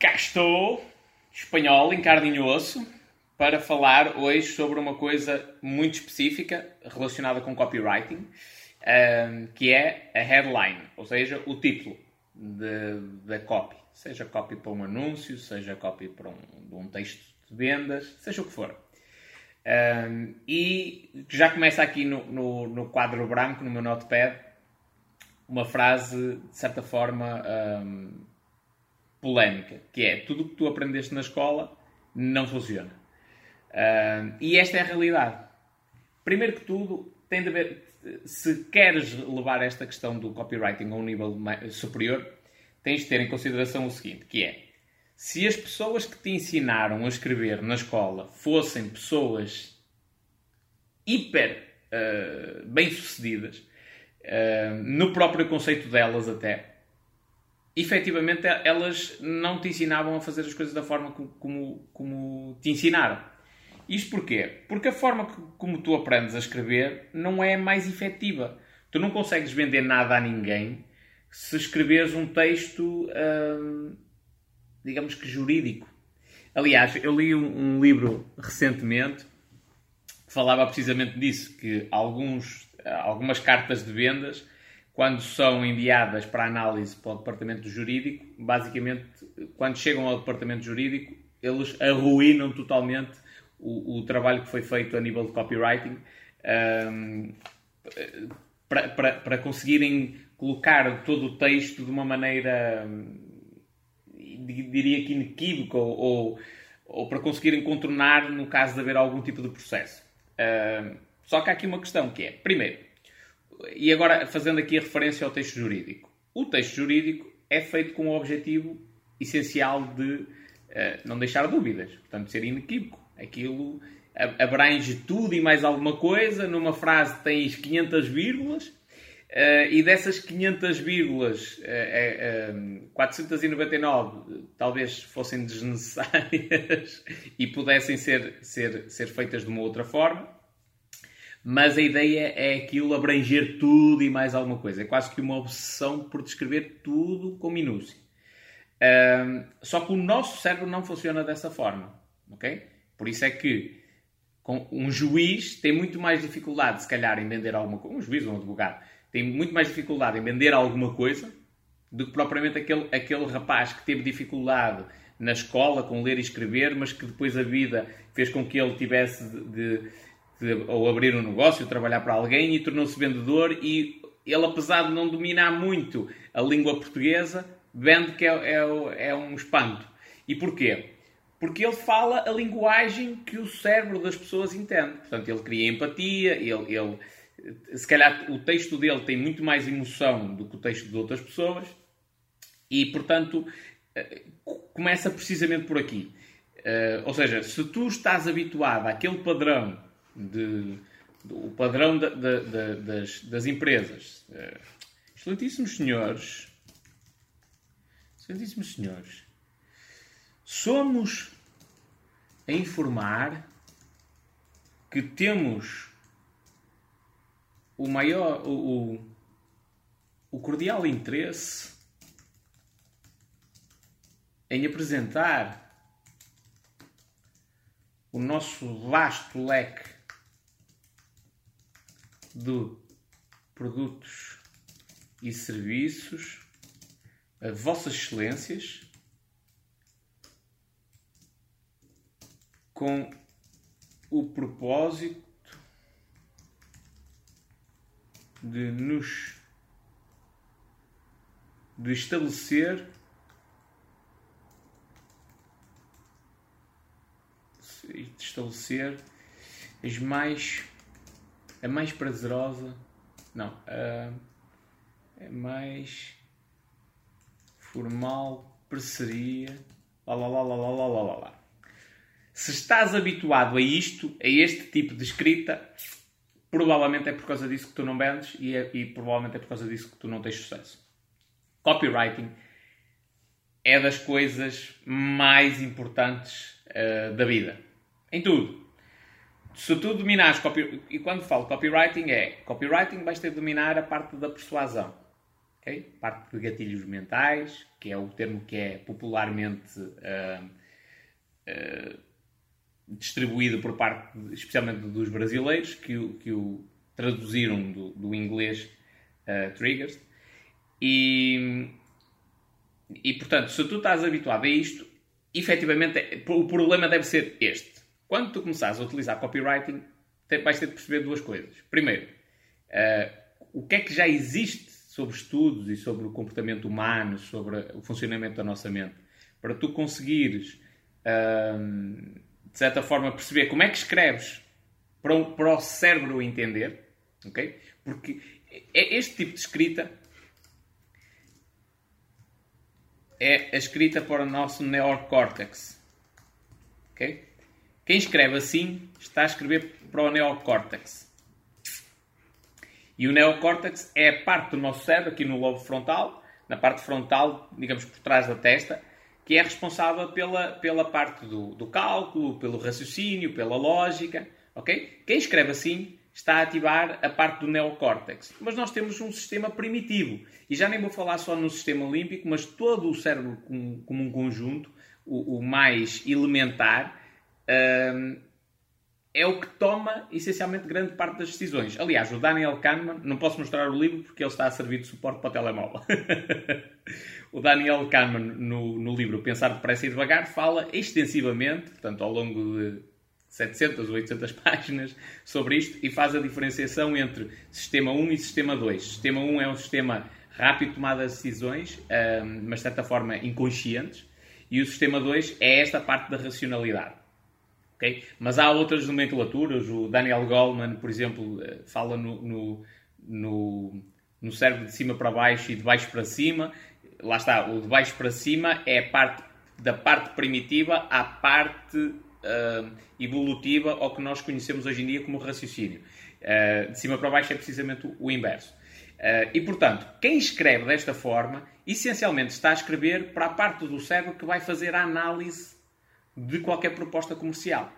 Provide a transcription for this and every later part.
Cá estou, espanhol em carne e osso, para falar hoje sobre uma coisa muito específica relacionada com copywriting, que é a headline, ou seja, o título da copy. Seja copy para um anúncio, seja copy para um texto de vendas, seja o que for. E já começa aqui no quadro branco, no meu notepad, uma frase, de certa forma, polémica, que é: tudo o que tu aprendeste na escola não funciona. E esta é a realidade. Primeiro que tudo, tem de haver, se queres levar esta questão do copywriting a um nível superior, tens de ter em consideração o seguinte, que é: se as pessoas que te ensinaram a escrever na escola fossem pessoas hiper bem-sucedidas, no próprio conceito delas até, efetivamente elas não te ensinavam a fazer as coisas da forma como te ensinaram. Isto porquê? Porque a forma como tu aprendes a escrever não é mais efetiva. Tu não consegues vender nada a ninguém se escreveres um texto, digamos que jurídico. Aliás, eu li um livro recentemente que falava precisamente disso, que algumas cartas de vendas, quando são enviadas para análise para o departamento jurídico, basicamente, quando chegam ao departamento jurídico, eles arruinam totalmente o trabalho que foi feito a nível de copywriting, para conseguirem colocar todo o texto de uma maneira, diria que inequívoca, ou para conseguirem contornar no caso de haver algum tipo de processo. Só que há aqui uma questão que é, primeiro, e agora fazendo aqui a referência ao texto jurídico. O texto jurídico é feito com o objetivo essencial de não deixar dúvidas, portanto ser inequívoco. Aquilo abrange tudo e mais alguma coisa. Numa frase tens 500 vírgulas, e dessas 500 vírgulas, 499 talvez fossem desnecessárias e pudessem ser feitas de uma outra forma. Mas a ideia é aquilo abranger tudo e mais alguma coisa. É quase que uma obsessão por descrever tudo com minúcia. Só que o nosso cérebro não funciona dessa forma. Ok? Por isso é que um juiz tem muito mais dificuldade, se calhar, em vender alguma coisa. Um juiz ou um advogado tem muito mais dificuldade em vender alguma coisa do que propriamente aquele rapaz que teve dificuldade na escola com ler e escrever, mas que depois a vida fez com que ele tivesse de ou abrir um negócio, trabalhar para alguém, e tornou-se vendedor, e ele, apesar de não dominar muito a língua portuguesa, vende que é um espanto. E porquê? Porque ele fala a linguagem que o cérebro das pessoas entende. Portanto, ele cria empatia, se calhar o texto dele tem muito mais emoção do que o texto de outras pessoas, e, portanto, começa precisamente por aqui. Ou seja, se tu estás habituado àquele padrão o padrão das empresas. Excelentíssimos senhores, somos a informar que temos o cordial interesse em apresentar o nosso vasto leque de produtos e serviços a vossas excelências, com o propósito de estabelecer a mais prazerosa, a mais formal parceria, lá. Se estás habituado a isto, a este tipo de escrita, provavelmente é por causa disso que tu não vendes, e provavelmente é por causa disso que tu não tens sucesso. Copywriting é das coisas mais importantes da vida. Em tudo. Se tu dominares e quando falo copywriting vais ter de dominar a parte da persuasão. Okay? Parte de gatilhos mentais, que é o termo que é popularmente distribuído por parte, especialmente dos brasileiros, que o traduziram do inglês triggers. E, portanto, se tu estás habituado a isto, efetivamente, o problema deve ser este. Quando tu começares a utilizar copywriting, vais ter de perceber duas coisas. Primeiro, o que é que já existe sobre estudos e sobre o comportamento humano, sobre o funcionamento da nossa mente, para tu conseguires, de certa forma, perceber como é que escreves para o cérebro entender, ok? Porque este tipo de escrita é a escrita para o nosso neocórtex, ok? Quem escreve assim está a escrever para o neocórtex. E o neocórtex é a parte do nosso cérebro, aqui no lobo frontal, na parte frontal, digamos, por trás da testa, que é responsável pela parte do cálculo, pelo raciocínio, pela lógica, ok? Quem escreve assim está a ativar a parte do neocórtex. Mas nós temos um sistema primitivo. E já nem vou falar só no sistema límbico, mas todo o cérebro como um conjunto, o mais elementar, é o que toma, essencialmente, grande parte das decisões. Aliás, o Daniel Kahneman, não posso mostrar o livro porque ele está a servir de suporte para o telemóvel. O Daniel Kahneman, no livro Pensar Depressa e Devagar, fala extensivamente, portanto, ao longo de 700 ou 800 páginas, sobre isto e faz a diferenciação entre Sistema 1 e Sistema 2. Sistema 1 é um sistema rápido de tomada de decisões, mas de certa forma inconscientes, e o Sistema 2 é esta parte da racionalidade. Okay? Mas há outras nomenclaturas. O Daniel Goleman, por exemplo, fala no cérebro de cima para baixo e de baixo para cima. Lá está, o de baixo para cima é a parte da parte primitiva à parte evolutiva, ao que nós conhecemos hoje em dia como raciocínio. De cima para baixo é precisamente o inverso. E, portanto, quem escreve desta forma, essencialmente está a escrever para a parte do cérebro que vai fazer a análise de qualquer proposta comercial,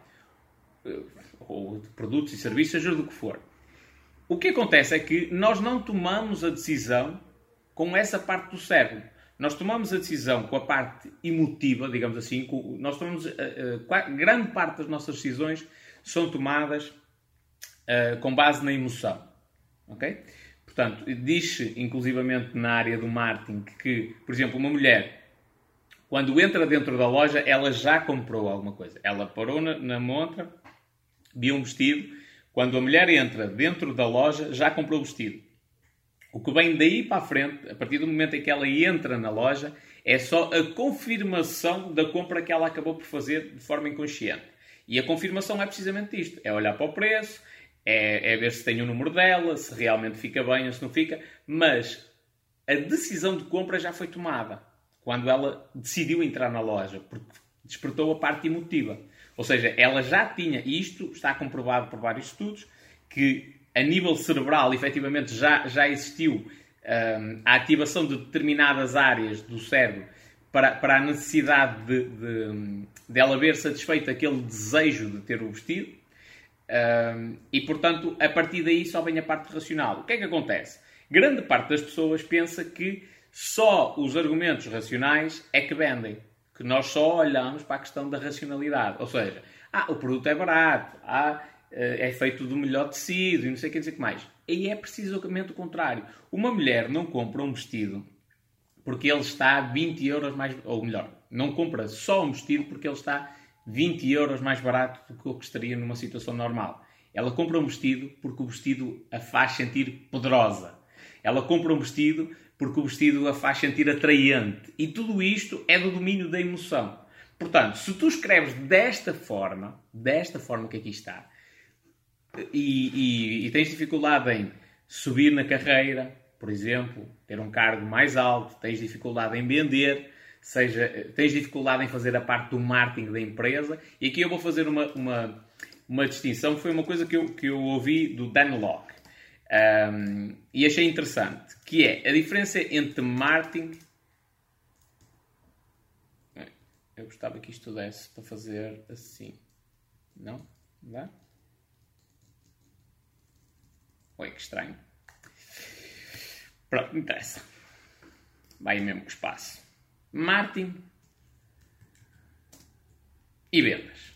ou de produtos e serviços, seja do que for. O que acontece é que nós não tomamos a decisão com essa parte do cérebro. Nós tomamos a decisão com a parte emotiva, digamos assim. Nós tomamos, grande parte das nossas decisões são tomadas com base na emoção. Ok? Portanto, diz-se, inclusivamente na área do marketing, que, por exemplo, uma mulher, quando entra dentro da loja, ela já comprou alguma coisa. Ela parou na montra, viu um vestido. Quando a mulher entra dentro da loja, já comprou o vestido. O que vem daí para a frente, a partir do momento em que ela entra na loja, é só a confirmação da compra que ela acabou por fazer de forma inconsciente. E a confirmação é precisamente isto. É olhar para o preço, é ver se tem o número dela, se realmente fica bem ou se não fica. Mas a decisão de compra já foi tomada quando ela decidiu entrar na loja, porque despertou a parte emotiva. Ou seja, ela já tinha, e isto está comprovado por vários estudos, que a nível cerebral, efetivamente, já existiu a ativação de determinadas áreas do cérebro para a necessidade de ela ver satisfeito aquele desejo de ter o vestido. E, portanto, a partir daí só vem a parte racional. O que é que acontece? Grande parte das pessoas pensa que só os argumentos racionais é que vendem. Que nós só olhamos para a questão da racionalidade. Ou seja, o produto é barato, é feito do melhor tecido e não sei o que dizer que mais. E é precisamente o contrário. Uma mulher não compra um vestido porque ele está 20 euros mais... Ou melhor, não compra só um vestido porque ele está 20 euros mais barato do que o que estaria numa situação normal. Ela compra um vestido porque o vestido a faz sentir poderosa. Ela compra um vestido porque o vestido a faz sentir atraente. E tudo isto é do domínio da emoção. Portanto, se tu escreves desta forma que aqui está, e tens dificuldade em subir na carreira, por exemplo, ter um cargo mais alto, tens dificuldade em vender, tens dificuldade em fazer a parte do marketing da empresa, e aqui eu vou fazer uma distinção, foi uma coisa que eu ouvi do Dan Lok. E achei interessante, que é a diferença entre marketing... Eu gostava que isto desse para fazer assim. Não? Não dá? Oi, que estranho. Pronto, não interessa. vai mesmo com espaço. Marketing e vendas.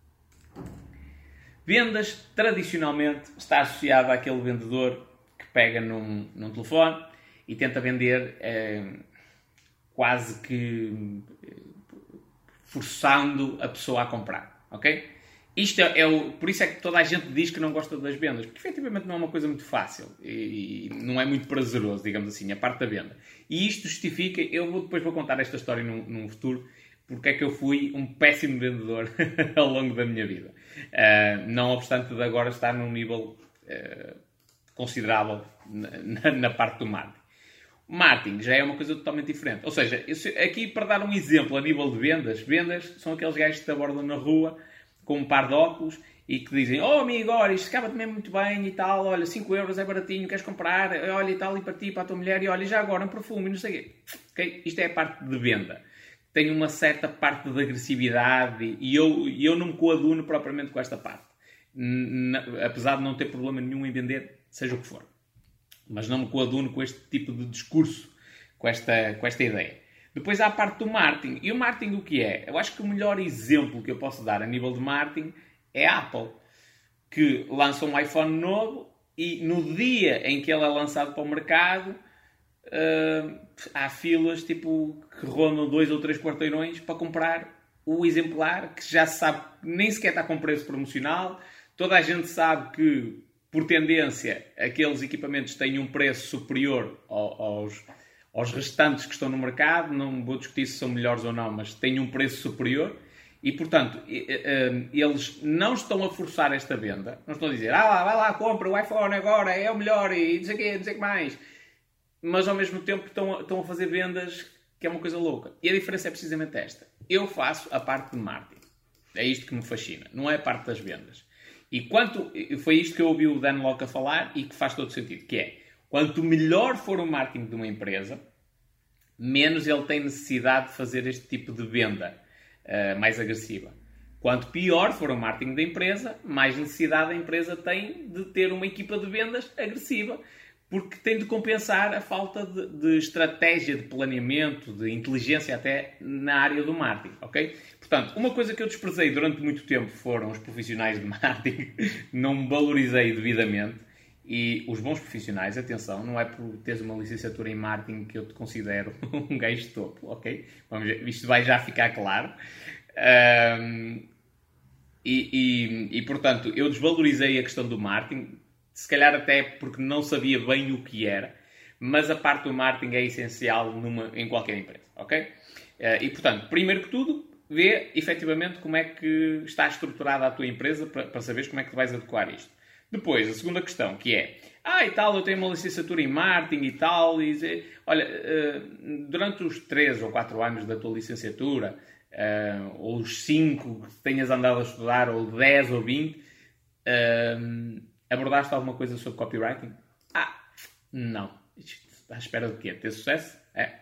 Vendas, tradicionalmente, está associado àquele vendedor que pega num telefone e tenta vender quase que forçando a pessoa a comprar, ok? Isto por isso é que toda a gente diz que não gosta das vendas, porque efetivamente não é uma coisa muito fácil e não é muito prazeroso, digamos assim, a parte da venda. E isto justifica, depois vou contar esta história num futuro, porque é que eu fui um péssimo vendedor ao longo da minha vida. Não obstante de agora estar num nível considerável na parte do marketing. O marketing já é uma coisa totalmente diferente. Ou seja, aqui para dar um exemplo a nível de vendas são aqueles gajos que te abordam na rua com um par de óculos e que dizem: oh amigo, olha, isto acaba-te mesmo muito bem e tal, olha, 5 euros é baratinho, queres comprar, olha e tal, e para ti, para a tua mulher, e olha, já agora um perfume e não sei o quê. Okay? Isto é a parte de venda. Tem uma certa parte de agressividade e eu não me coaduno propriamente com esta parte. Apesar de não ter problema nenhum em vender, seja o que for. Mas não me coaduno com este tipo de discurso, com esta ideia. Depois há a parte do marketing. E o marketing o que é? Eu acho que o melhor exemplo que eu posso dar a nível de marketing é a Apple, que lança um iPhone novo e no dia em que ele é lançado para o mercado, há filas tipo, que rondam 2 ou 3 quarteirões para comprar o exemplar, que já se sabe nem sequer está com preço promocional. Toda a gente sabe que, por tendência, aqueles equipamentos têm um preço superior aos restantes que estão no mercado. Não vou discutir se são melhores ou não, mas têm um preço superior. E, portanto, eles não estão a forçar esta venda. Não estão a dizer: vai lá, compra o iPhone agora, é o melhor e não sei o quê, não sei o que mais. Mas, ao mesmo tempo, estão a fazer vendas que é uma coisa louca. E a diferença é precisamente esta. Eu faço a parte de marketing. É isto que me fascina. Não é a parte das vendas. E foi isto que eu ouvi o Dan Locke a falar e que faz todo sentido. Que é, quanto melhor for o marketing de uma empresa, menos ele tem necessidade de fazer este tipo de venda mais agressiva. Quanto pior for o marketing da empresa, mais necessidade a empresa tem de ter uma equipa de vendas agressiva, porque tem de compensar a falta de estratégia, de planeamento, de inteligência até na área do marketing, ok? Portanto, uma coisa que eu desprezei durante muito tempo foram os profissionais de marketing. Não me valorizei devidamente. E os bons profissionais, atenção, não é por teres uma licenciatura em marketing que eu te considero um gajo de topo, ok? Vamos ver, isto vai já ficar claro. Portanto, eu desvalorizei a questão do marketing, se calhar até porque não sabia bem o que era, mas a parte do marketing é essencial em qualquer empresa, ok? Portanto, primeiro que tudo, vê efetivamente como é que está estruturada a tua empresa para saberes como é que tu vais adequar isto. Depois, a segunda questão, que é: e tal, eu tenho uma licenciatura em marketing e tal, olha, durante os 3 ou 4 anos da tua licenciatura, ou os 5 que tenhas andado a estudar, ou 10 ou 20, abordaste alguma coisa sobre copywriting? Não. Está à espera de quê? Ter sucesso?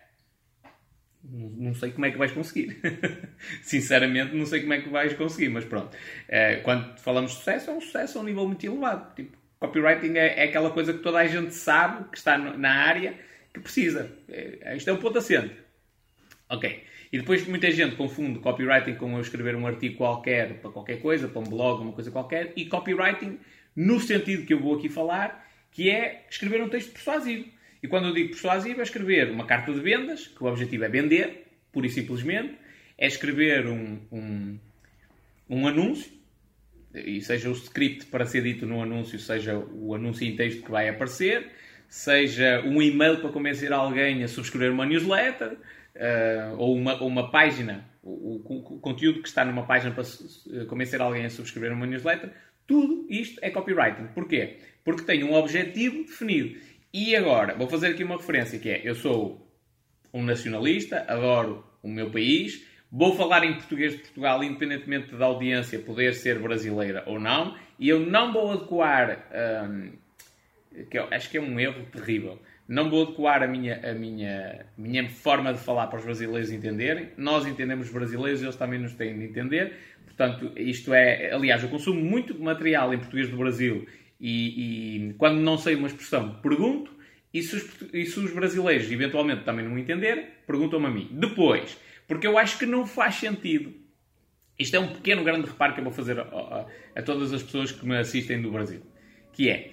Não sei como é que vais conseguir. Sinceramente, não sei como é que vais conseguir, mas pronto. Quando falamos de sucesso, é um sucesso a um nível muito elevado. Tipo, copywriting é aquela coisa que toda a gente sabe, que está na área, que precisa. Isto é um ponto assente. Ok. E depois muita gente confunde copywriting com eu escrever um artigo qualquer para qualquer coisa, para um blog, uma coisa qualquer, e copywriting no sentido que eu vou aqui falar, que é escrever um texto persuasivo. E quando eu digo persuasivo, é escrever uma carta de vendas, que o objetivo é vender, pura e simplesmente. É escrever um anúncio, e seja o script para ser dito no anúncio, seja o anúncio em texto que vai aparecer, seja um e-mail para convencer alguém a subscrever uma newsletter, ou uma página, o conteúdo que está numa página para convencer alguém a subscrever uma newsletter. Tudo isto é copywriting. Porquê? Porque tem um objetivo definido. E agora, vou fazer aqui uma referência que é: eu sou um nacionalista, adoro o meu país, vou falar em português de Portugal, independentemente da audiência poder ser brasileira ou não, e eu não vou adequar, que eu acho que é um erro terrível, não vou adequar a minha forma de falar para os brasileiros entenderem. Nós entendemos os brasileiros, eles também nos têm de entender. Portanto, isto é... Aliás, eu consumo muito material em português do Brasil e quando não sei uma expressão, pergunto, E se os brasileiros eventualmente também não entenderem, perguntam-me a mim. Depois, porque eu acho que não faz sentido. Isto é um pequeno, grande reparo que eu vou fazer a todas as pessoas que me assistem do Brasil. Que é,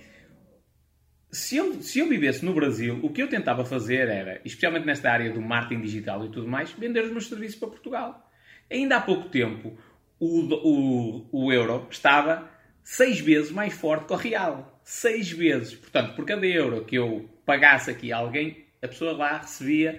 se eu vivesse no Brasil, o que eu tentava fazer era, especialmente nesta área do marketing digital e tudo mais, vender os meus serviços para Portugal. Ainda há pouco tempo, o euro estava 6 vezes mais forte que o real. 6 vezes. Portanto, por cada euro que eu pagasse aqui a alguém, a pessoa lá recebia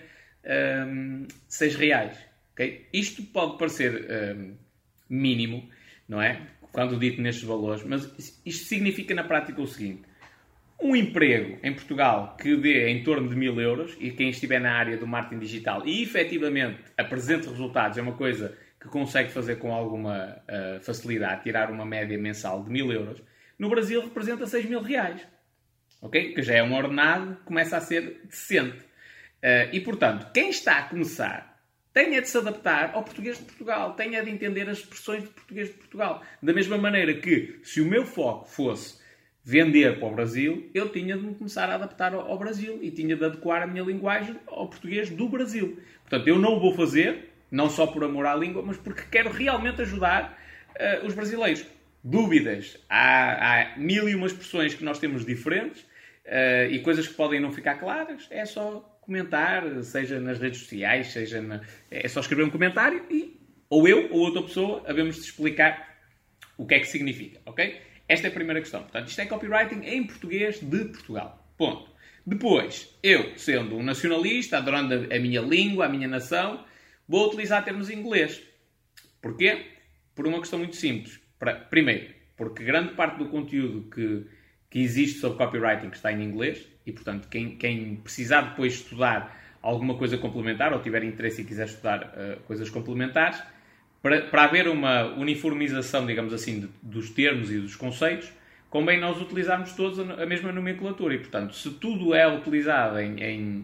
6 reais. Okay? Isto pode parecer mínimo, não é? Quando dito nestes valores, mas isto significa na prática o seguinte. Um emprego em Portugal que dê em torno de 1.000 euros, e quem estiver na área do marketing digital e efetivamente apresente resultados, é uma coisa que consegue fazer com alguma facilidade, tirar uma média mensal de 1.000 euros, no Brasil representa 6.000 reais. Okay? Que já é um ordenado que começa a ser decente. E portanto, quem está a começar tenha de se adaptar ao português de Portugal, tenha de entender as expressões de português de Portugal. Da mesma maneira que, se o meu foco fosse vender para o Brasil, eu tinha de me começar a adaptar ao Brasil e tinha de adequar a minha linguagem ao português do Brasil. Portanto, eu não o vou fazer, não só por amor à língua, mas porque quero realmente ajudar os brasileiros. Dúvidas? Há mil e uma expressões que nós temos diferentes e coisas que podem não ficar claras. É só comentar, seja nas redes sociais, é só escrever um comentário e ou eu ou outra pessoa havemos de explicar o que é que significa, ok? Esta é a primeira questão. Portanto, isto é copywriting em português de Portugal. Ponto. Depois, eu, sendo um nacionalista, adorando a minha língua, a minha nação, vou utilizar termos em inglês. Porquê? Por uma questão muito simples. Primeiro, porque grande parte do conteúdo que existe sobre copywriting está em inglês e, portanto, quem precisar depois estudar alguma coisa complementar ou tiver interesse e quiser estudar coisas complementares, para haver uma uniformização, digamos assim, dos termos e dos conceitos, convém nós utilizarmos todos a mesma nomenclatura. E, portanto, se tudo é utilizado em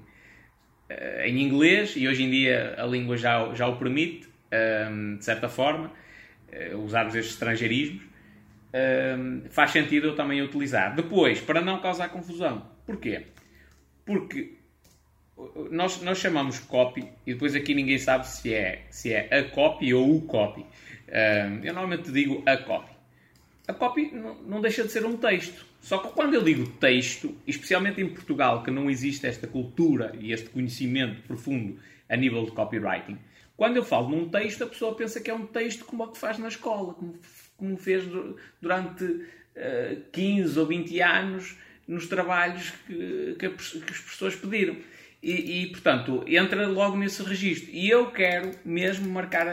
inglês, e hoje em dia a língua já o permite, de certa forma, usarmos estes estrangeirismos, faz sentido eu também utilizar. Depois, para não causar confusão. Porquê? Porque nós chamamos copy e depois aqui ninguém sabe se é a copy ou o copy. Eu normalmente digo a copy. A copy não deixa de ser um texto. Só que quando eu digo texto, especialmente em Portugal, que não existe esta cultura e este conhecimento profundo a nível de copywriting, quando eu falo num texto, a pessoa pensa que é um texto como o que faz na escola, como fez durante 15 ou 20 anos nos trabalhos que as pessoas pediram. E, portanto, entra logo nesse registro. E eu quero mesmo marcar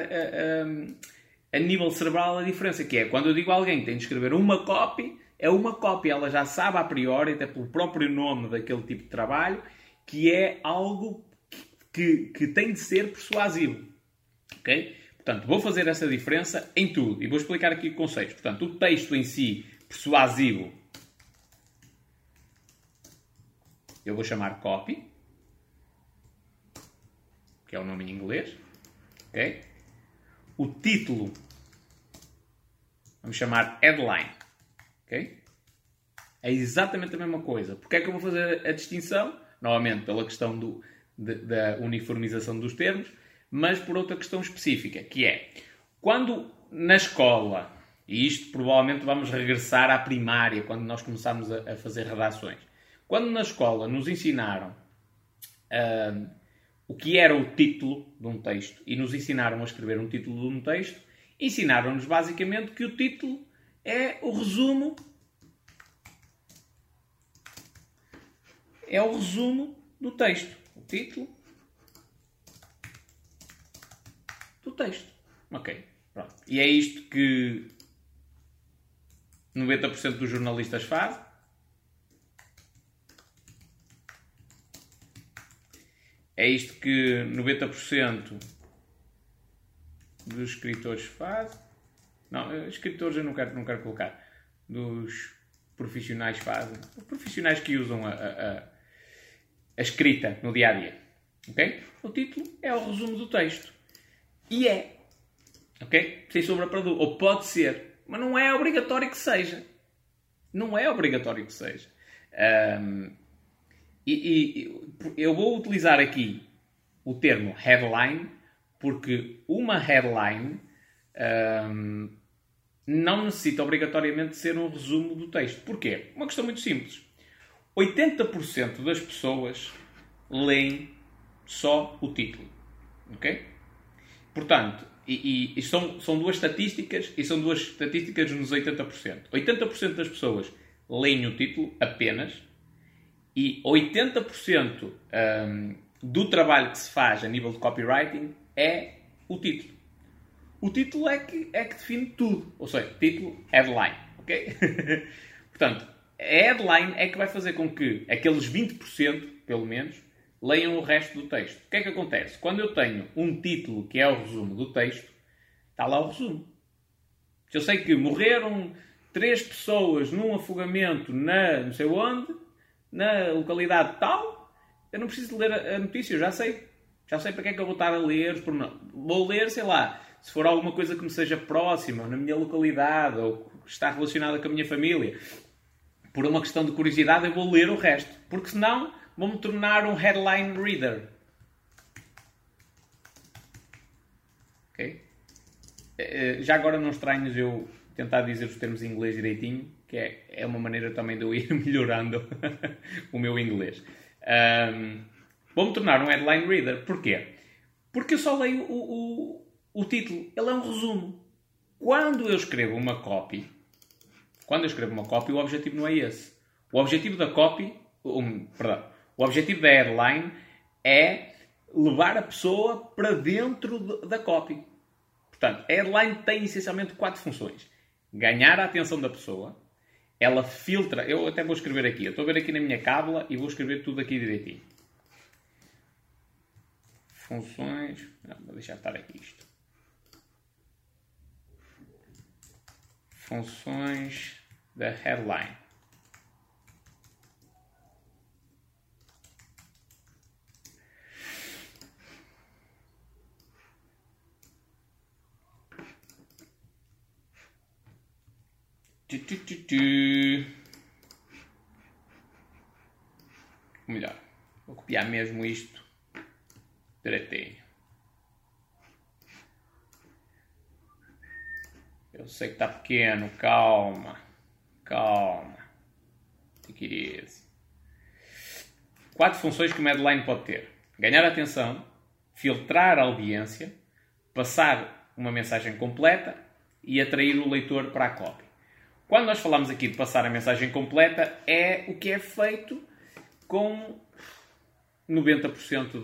a nível cerebral a diferença, que é quando eu digo a alguém que tem de escrever uma copy, é uma copy. Ela já sabe a priori, até pelo próprio nome daquele tipo de trabalho, que é algo que tem de ser persuasivo. Ok? Portanto, vou fazer essa diferença em tudo. E vou explicar aqui conceitos. Portanto, o texto em si, persuasivo, eu vou chamar copy, que é o nome em inglês. Ok? O título, vamos chamar headline. Ok? É exatamente a mesma coisa. Porquê é que eu vou fazer a distinção? Novamente, pela questão da uniformização dos termos, mas por outra questão específica, que é, quando na escola, e isto provavelmente vamos regressar à primária, quando nós começámos a fazer redações, quando na escola nos ensinaram o que era o título de um texto e nos ensinaram a escrever um título de um texto, ensinaram-nos basicamente que o título é o resumo do texto. O título do texto. Ok, pronto. E é isto que 90% dos jornalistas fazem. É isto que 90% dos escritores fazem. Não, escritores eu não quero colocar. Dos profissionais fazem. Os profissionais que usam a escrita no dia-a-dia. Ok? O título é o resumo do texto. E é. Ok? Sem sombra para dúvida. Ou pode ser. Mas não é obrigatório que seja. Não é obrigatório que seja. Eu vou utilizar aqui o termo headline, porque uma headline não necessita obrigatoriamente ser um resumo do texto. Porquê? Uma questão muito simples. 80% das pessoas leem só o título. Ok? Portanto, são duas estatísticas, e são duas estatísticas nos 80%. 80% das pessoas leem o título apenas, e 80% do trabalho que se faz a nível de copywriting é o título. O título é que define tudo. Ou seja, título, headline. Ok? Portanto, a headline é que vai fazer com que aqueles 20%, pelo menos, leiam o resto do texto. O que é que acontece? Quando eu tenho um título que é o resumo do texto, está lá o resumo. Se eu sei que morreram 3 pessoas num afogamento na não sei onde, na localidade tal, eu não preciso ler a notícia, eu já sei. Já sei para que é que eu vou estar a ler. Vou ler, sei lá, se for alguma coisa que me seja próxima, na minha localidade, ou que está relacionada com a minha família. Por uma questão de curiosidade, eu vou ler o resto. Porque senão, vou-me tornar um headline reader. Ok? Já agora não estranhos eu tentar dizer os termos em inglês direitinho, que é uma maneira também de eu ir melhorando o meu inglês. Vou-me tornar um headline reader. Porquê? Porque eu só leio o título. Ele é um resumo. Quando eu escrevo uma copy, o objetivo não é esse. O objetivo da copy, o objetivo da headline é levar a pessoa para dentro da copy. Portanto, a headline tem essencialmente 4 funções. Ganhar a atenção da pessoa. Ela filtra. Eu até vou escrever aqui. Eu estou a ver aqui na minha cábula e vou escrever tudo aqui direitinho. Funções. Não, vou deixar estar aqui isto. Funções da headline. Melhor. Vou copiar mesmo isto direitinho. Eu sei que está pequeno. Calma. Take it easy. 4 funções que uma headline pode ter. Ganhar a atenção, filtrar a audiência, passar uma mensagem completa e atrair o leitor para a copy. Quando nós falamos aqui de passar a mensagem completa, é o que é feito com 90%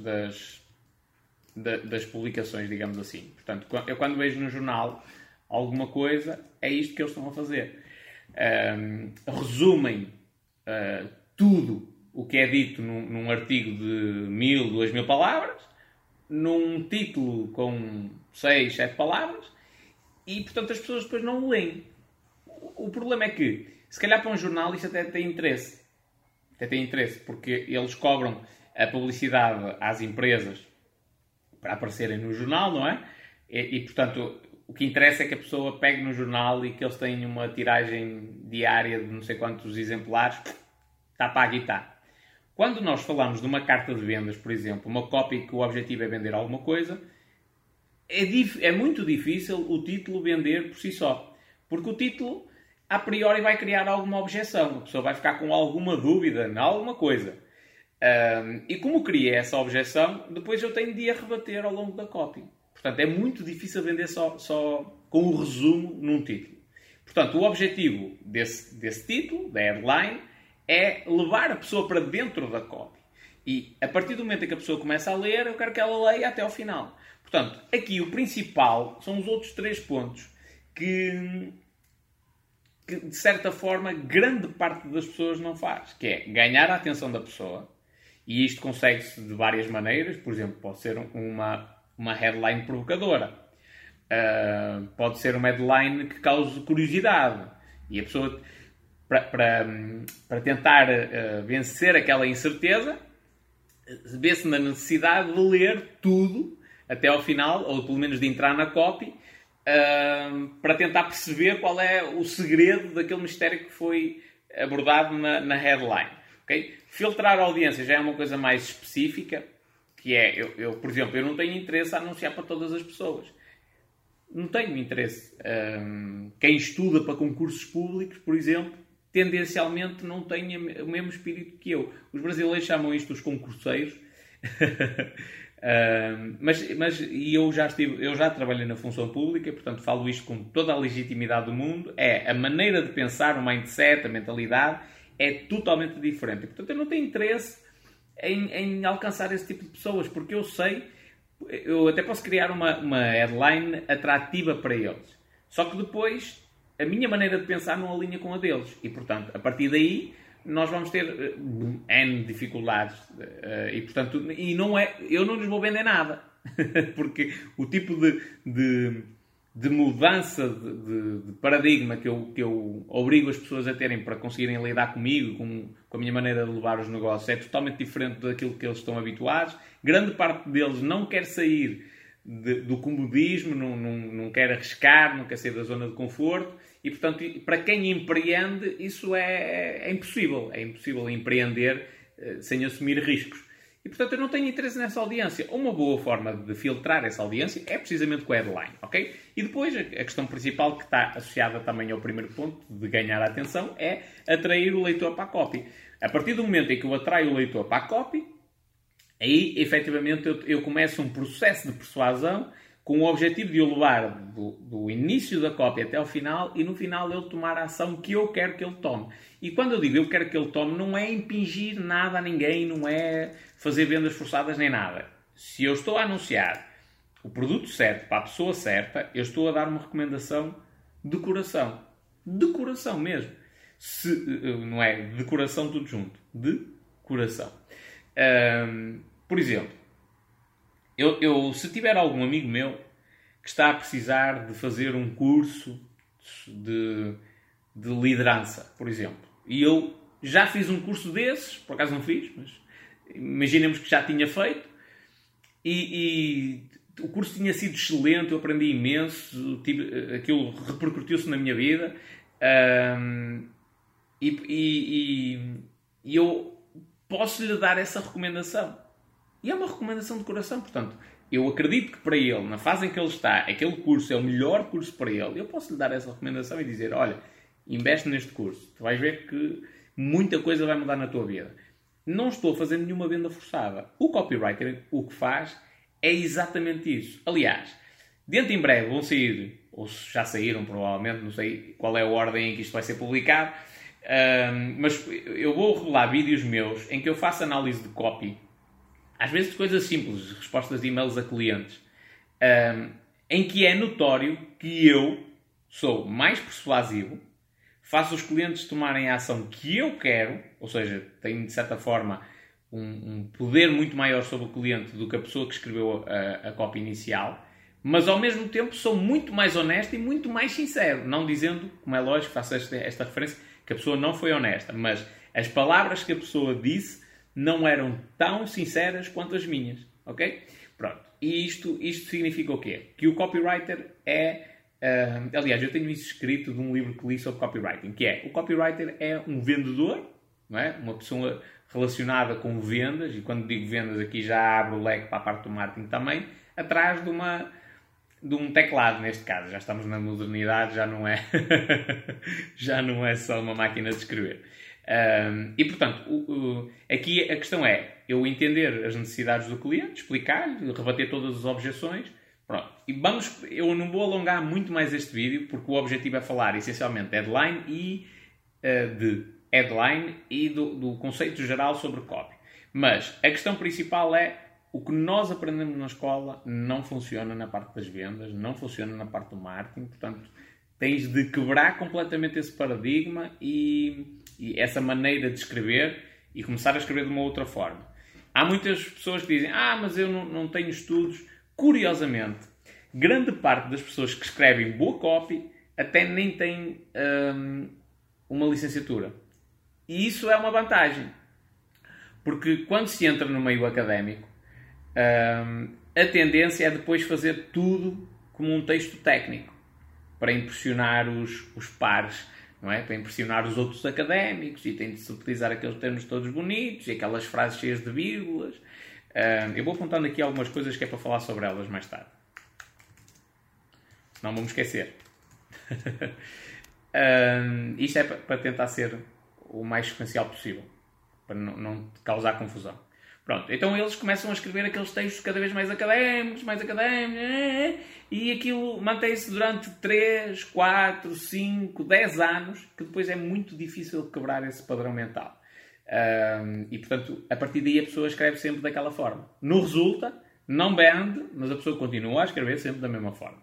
das publicações, digamos assim. Portanto, eu quando vejo no jornal alguma coisa, é isto que eles estão a fazer. Resumem tudo o que é dito num artigo de 1000, 2000 palavras, num título com 6, 7 palavras, e, portanto, as pessoas depois não leem. O problema é que, se calhar para um jornal, isto até tem interesse. Porque eles cobram a publicidade às empresas para aparecerem no jornal, não é? E, portanto, o que interessa é que a pessoa pegue no jornal e que eles tenham uma tiragem diária de não sei quantos exemplares. Está pago e está. Quando nós falamos de uma carta de vendas, por exemplo, uma copy que o objetivo é vender alguma coisa, é muito difícil o título vender por si só. Porque o título, a priori, vai criar alguma objeção. A pessoa vai ficar com alguma dúvida em alguma coisa. E como cria essa objeção, depois eu tenho de a rebater ao longo da copy. Portanto, é muito difícil vender só com o resumo num título. Portanto, o objetivo desse título, da headline, é levar a pessoa para dentro da copy. E a partir do momento em que a pessoa começa a ler, eu quero que ela leia até ao final. Portanto, aqui o principal são os outros 3 pontos que de certa forma, grande parte das pessoas não faz. Que é ganhar a atenção da pessoa. E isto consegue-se de várias maneiras. Por exemplo, pode ser uma headline provocadora. Pode ser uma headline que cause curiosidade. E a pessoa, para tentar vencer aquela incerteza, vê-se na necessidade de ler tudo até ao final, ou pelo menos de entrar na copy, para tentar perceber qual é o segredo daquele mistério que foi abordado na headline. ok? Filtrar a audiência já é uma coisa mais específica, que é, por exemplo, eu não tenho interesse a anunciar para todas as pessoas. Não tenho interesse. Quem estuda para concursos públicos, por exemplo, tendencialmente não tem o mesmo espírito que eu. Os brasileiros chamam isto os concurseiros. Mas eu já trabalhei na função pública, portanto falo isto com toda a legitimidade do mundo. A maneira de pensar, o mindset, a mentalidade é totalmente diferente. Portanto, eu não tenho interesse em alcançar esse tipo de pessoas, porque eu sei, eu até posso criar uma headline atrativa para eles. Só que depois a minha maneira de pensar não alinha com a deles. E, portanto, a partir daí nós vamos ter N dificuldades. E, portanto, eu não lhes vou vender nada. Porque o tipo de mudança de paradigma que eu obrigo as pessoas a terem para conseguirem lidar comigo, com a minha maneira de levar os negócios, é totalmente diferente daquilo que eles estão habituados. Grande parte deles não quer sair do comodismo, não quer arriscar, não quer sair da zona de conforto. E, portanto, para quem empreende, isso é impossível. É impossível empreender sem assumir riscos. E, portanto, eu não tenho interesse nessa audiência. Uma boa forma de filtrar essa audiência é precisamente com a headline, ok? E depois, a questão principal que está associada também ao primeiro ponto de ganhar a atenção é atrair o leitor para a copy. A partir do momento em que eu atraio o leitor para a copy, aí, efetivamente, eu começo um processo de persuasão com o objetivo de o levar do início da cópia até ao final e no final ele tomar a ação que eu quero que ele tome. E quando eu digo eu quero que ele tome, não é impingir nada a ninguém, não é fazer vendas forçadas nem nada. Se eu estou a anunciar o produto certo para a pessoa certa, eu estou a dar uma recomendação de coração. De coração mesmo. Não é de coração tudo junto. De coração. Por exemplo, se tiver algum amigo meu que está a precisar de fazer um curso de liderança, por exemplo, e eu já fiz um curso desses, por acaso não fiz, mas imaginemos que já tinha feito, e o curso tinha sido excelente, eu aprendi imenso, aquilo repercutiu-se na minha vida, e eu posso-lhe dar essa recomendação. E é uma recomendação de coração, portanto, eu acredito que para ele, na fase em que ele está, aquele curso é o melhor curso para ele, eu posso lhe dar essa recomendação e dizer, olha, investe neste curso, tu vais ver que muita coisa vai mudar na tua vida. Não estou a fazer nenhuma venda forçada. O copywriter, o que faz, é exatamente isso. Aliás, dentro em breve vão sair, ou já saíram provavelmente, não sei qual é a ordem em que isto vai ser publicado, mas eu vou revelar vídeos meus em que eu faço análise de copy, às vezes de coisas simples, respostas de e-mails a clientes, em que é notório que eu sou mais persuasivo, faço os clientes tomarem a ação que eu quero, ou seja, tenho de certa forma um poder muito maior sobre o cliente do que a pessoa que escreveu a copy inicial, mas ao mesmo tempo sou muito mais honesto e muito mais sincero, não dizendo, como é lógico, faço esta referência, que a pessoa não foi honesta, mas as palavras que a pessoa disse não eram tão sinceras quanto as minhas, ok? Pronto. E isto significa o quê? Que o copywriter aliás, eu tenho isso escrito de um livro que li sobre copywriting, que é, o copywriter é um vendedor, não é? Uma pessoa relacionada com vendas, e quando digo vendas aqui já abro o leque para a parte do marketing também, atrás de um teclado, neste caso. Já estamos na modernidade, já não é só uma máquina de escrever. E, portanto, aqui a questão é eu entender as necessidades do cliente, explicar-lhe, rebater todas as objeções. Pronto. E eu não vou alongar muito mais este vídeo, porque o objetivo é falar essencialmente de headline e do conceito geral sobre copy. Mas a questão principal é o que nós aprendemos na escola não funciona na parte das vendas, não funciona na parte do marketing. Portanto, tens de quebrar completamente esse paradigma e essa maneira de escrever e começar a escrever de uma outra forma. Há muitas pessoas que dizem, mas eu não tenho estudos. Curiosamente, grande parte das pessoas que escrevem boa copy até nem têm uma licenciatura. E isso é uma vantagem. Porque quando se entra no meio académico, a tendência é depois fazer tudo como um texto técnico para impressionar os pares não é? Para impressionar os outros académicos e tem de se utilizar aqueles termos todos bonitos e aquelas frases cheias de vírgulas. Eu vou apontando aqui algumas coisas que é para falar sobre elas mais tarde. Senão vou-me esquecer. Isto é para tentar ser o mais sequencial possível, para não causar confusão. Pronto, então eles começam a escrever aqueles textos cada vez mais académicos, e aquilo mantém-se durante 3, 4, 5, 10 anos, que depois é muito difícil quebrar esse padrão mental. E, portanto, a partir daí a pessoa escreve sempre daquela forma. Não resulta, não vende, mas a pessoa continua a escrever sempre da mesma forma.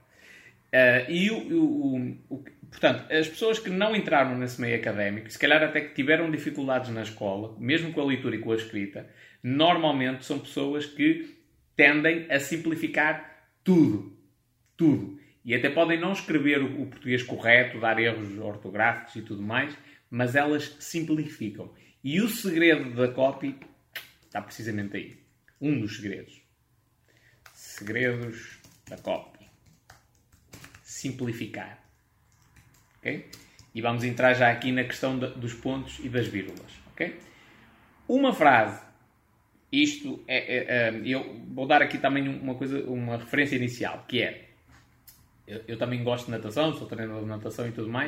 Portanto, as pessoas que não entraram nesse meio académico, se calhar até que tiveram dificuldades na escola, mesmo com a leitura e com a escrita, normalmente são pessoas que tendem a simplificar tudo. Tudo. E até podem não escrever o português correto, dar erros ortográficos e tudo mais, mas elas simplificam. E o segredo da copy está precisamente aí. Um dos segredos. Segredos da copy. Simplificar. Okay? E vamos entrar já aqui na questão dos pontos e das vírgulas. Okay? Uma frase. Isto eu vou dar aqui também uma referência inicial, que é, eu também gosto de natação, sou treinador de natação e tudo mais.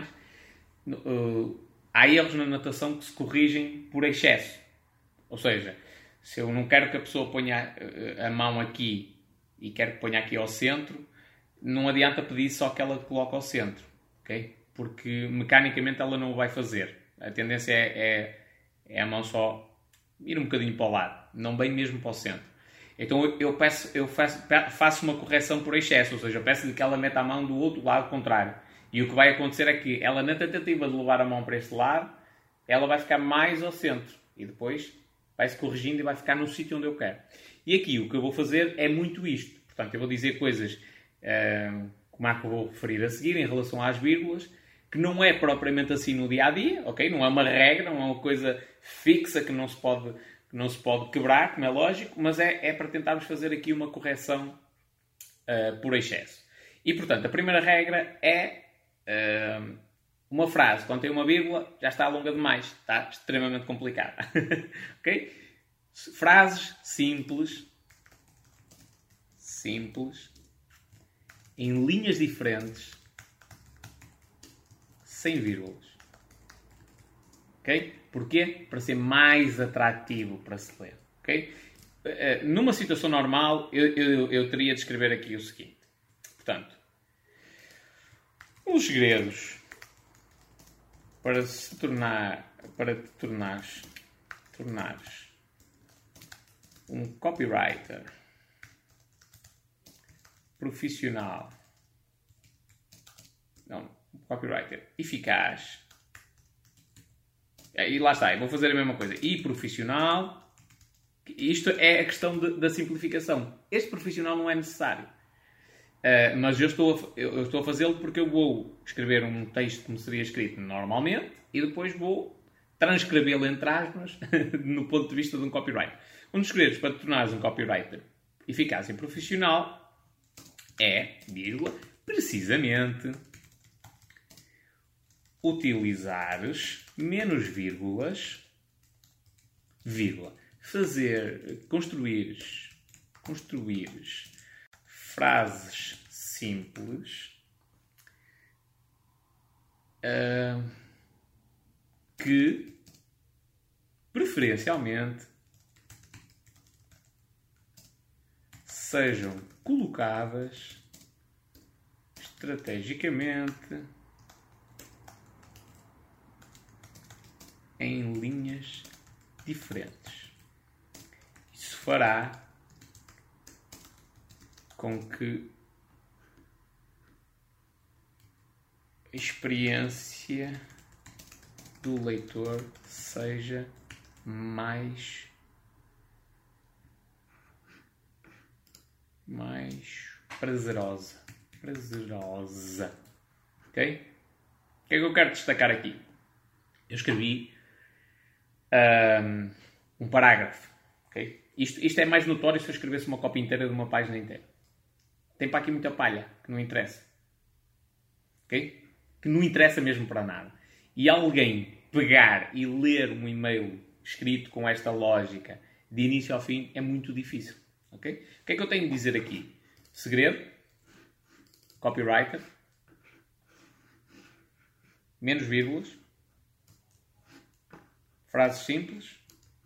Há erros na natação que se corrigem por excesso. Ou seja, se eu não quero que a pessoa ponha a mão aqui e quero que ponha aqui ao centro, não adianta pedir só que ela coloque ao centro. Okay? Porque mecanicamente ela não o vai fazer. A tendência é a mão só ir um bocadinho para o lado, não bem mesmo para o centro. Então eu faço uma correção por excesso, ou seja, eu peço-lhe que ela meta a mão do outro lado contrário. E o que vai acontecer é que ela, na tentativa de levar a mão para este lado, ela vai ficar mais ao centro. E depois vai-se corrigindo e vai ficar no sítio onde eu quero. E aqui o que eu vou fazer é muito isto. Portanto, eu vou dizer coisas como a que eu vou referir a seguir em relação às vírgulas, que não é propriamente assim no dia-a-dia, ok? Não é uma regra, não é uma coisa fixa que não se pode quebrar, como é lógico, mas é para tentarmos fazer aqui uma correção por excesso. E, portanto, a primeira regra é uma frase, quando tem uma vírgula, já está longa demais, está extremamente complicada. Ok? Frases simples, em linhas diferentes, sem vírgulas. Ok? Porquê? Para ser mais atrativo para se ler. Ok? Numa situação normal, eu teria de escrever aqui o seguinte. Portanto, os segredos para te tornares um copywriter profissional, um copywriter eficaz. E lá está, eu vou fazer a mesma coisa. E profissional. Isto é a questão da simplificação. Este profissional não é necessário. Mas eu estou a fazê-lo porque eu vou escrever um texto como seria escrito normalmente e depois vou transcrevê-lo entre aspas no ponto de vista de um copywriter. Um dos segredos para te tornares um copywriter eficaz e profissional é, vírgula, precisamente utilizares menos vírgulas, vírgula, construires frases simples que preferencialmente sejam colocadas estrategicamente em linhas diferentes. Isso fará com que a experiência do leitor seja mais prazerosa. Ok? O que é que eu quero destacar aqui? Eu escrevi um parágrafo. Okay? Isto é mais notório se eu escrevesse uma cópia inteira de uma página inteira. Tem para aqui muita palha, que não interessa. Okay? Que não interessa mesmo para nada. e alguém pegar e ler um e-mail escrito com esta lógica de início ao fim é muito difícil. Okay? O que é que eu tenho de dizer aqui? Segredo, copywriter, menos vírgulas, frases simples,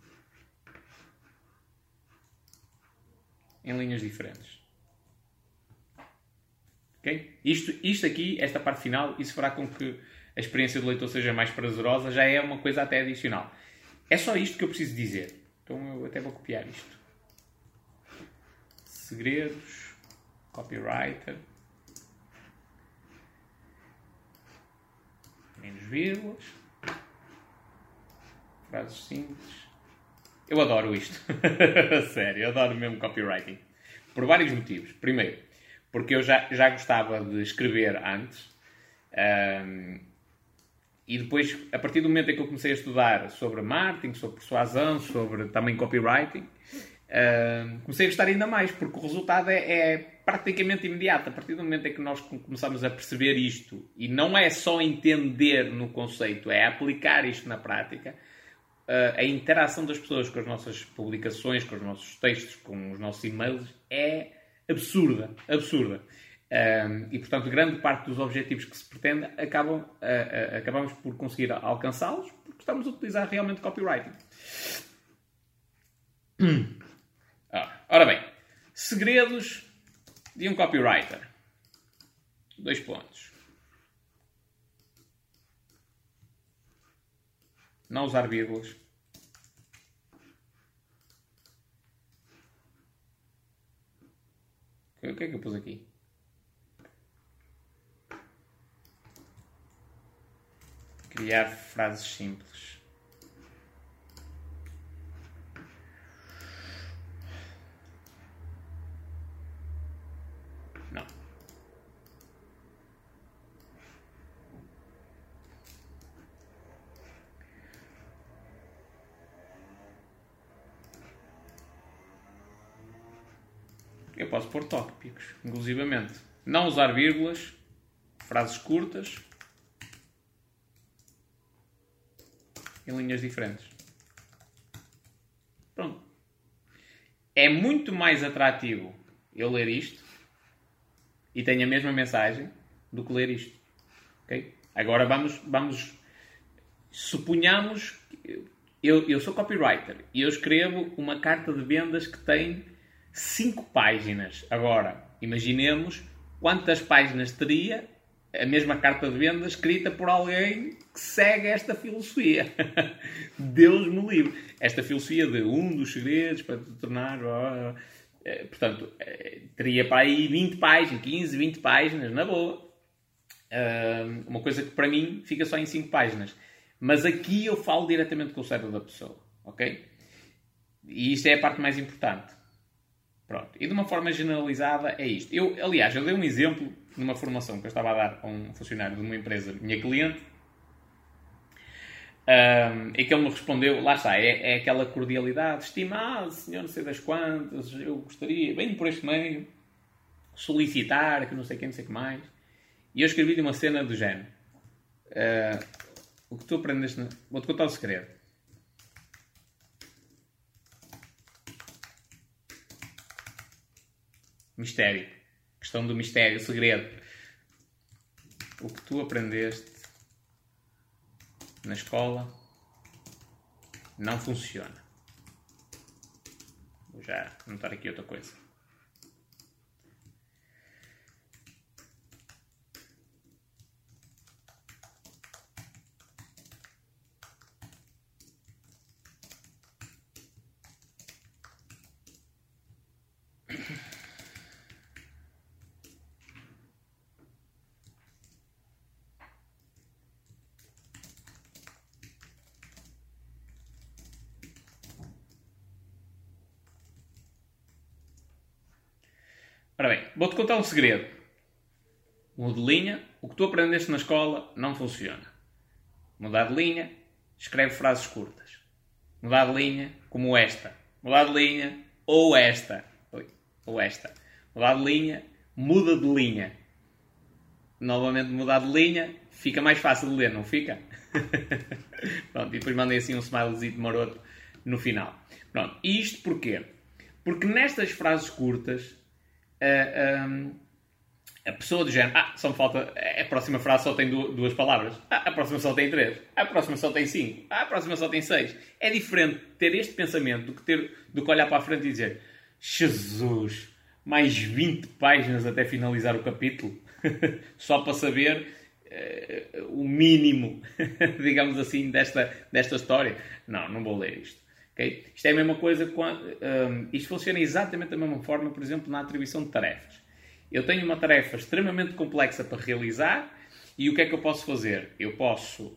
em linhas diferentes. Okay? Isto aqui, esta parte final, isso fará com que a experiência do leitor seja mais prazerosa, já é uma coisa até adicional. É só isto que eu preciso dizer. Então eu até vou copiar isto. Segredos, copywriter, menos vírgulas, frases simples. Eu adoro isto. Sério, eu adoro mesmo copywriting. Por vários motivos. Primeiro, porque eu já gostava de escrever antes. E depois, a partir do momento em que eu comecei a estudar sobre marketing, sobre persuasão, sobre também copywriting, comecei a gostar ainda mais, porque o resultado é praticamente imediato. A partir do momento em que nós começamos a perceber isto, e não é só entender no conceito, é aplicar isto na prática, a interação das pessoas com as nossas publicações, com os nossos textos, com os nossos e-mails, é absurda. E, portanto, grande parte dos objetivos que se pretende acabamos por conseguir alcançá-los porque estamos a utilizar realmente copywriting. Ora bem, segredos de um copywriter. 2 pontos. Não usar vírgulas. O que é que eu pus aqui? Criar frases simples. Não. Eu posso pôr tópicos, inclusivamente. Não usar vírgulas, frases curtas, em linhas diferentes. Pronto. É muito mais atrativo eu ler isto e tenho a mesma mensagem do que ler isto. Okay? Agora vamos suponhamos eu sou copywriter e eu escrevo uma carta de vendas que tem 5 páginas. Agora, imaginemos quantas páginas teria a mesma carta de vendas escrita por alguém que segue esta filosofia. Deus me livre. Esta filosofia de um dos segredos para te tornar... Portanto, teria para aí 20 páginas, 15, 20 páginas, na boa. Uma coisa que para mim fica só em 5 páginas. Mas aqui eu falo diretamente com o cérebro da pessoa. Ok? E isto é a parte mais importante. Pronto. E de uma forma generalizada é isto. Aliás, eu dei um exemplo numa formação que eu estava a dar a um funcionário de uma empresa, minha cliente, e que ele me respondeu, lá está, é aquela cordialidade, estimado, senhor não sei das quantas, eu gostaria, bem por este meio, solicitar, que não sei quem, não sei o que mais. E eu escrevi-lhe uma cena do género. O que tu aprendeste... Vou-te contar o segredo. Mistério. Questão do mistério, segredo. O que tu aprendeste na escola não funciona. Vou já anotar aqui outra coisa. Ora bem, vou-te contar um segredo. Muda de linha, o que tu aprendeste na escola não funciona. Mudar de linha, escreve frases curtas. Mudar de linha, como esta. Mudar de linha, ou esta. Ou esta. Mudar de linha, muda de linha. novamente mudar de linha, fica mais fácil de ler, não fica? Pronto, e depois mandei assim um smileyzinho maroto no final. Pronto, e isto porquê? Porque nestas frases curtas, a pessoa do género, só me falta, a próxima frase só tem duas palavras, a próxima só tem 3, a próxima só tem 5, a próxima só tem 6. É diferente ter este pensamento do que olhar para a frente e dizer, Jesus, mais 20 páginas até finalizar o capítulo, só para saber o mínimo, digamos assim, desta história. Não vou ler isto. Okay? Isto é a mesma coisa, isto funciona exatamente da mesma forma, por exemplo, na atribuição de tarefas. Eu tenho uma tarefa extremamente complexa para realizar e o que é que eu posso fazer? Eu posso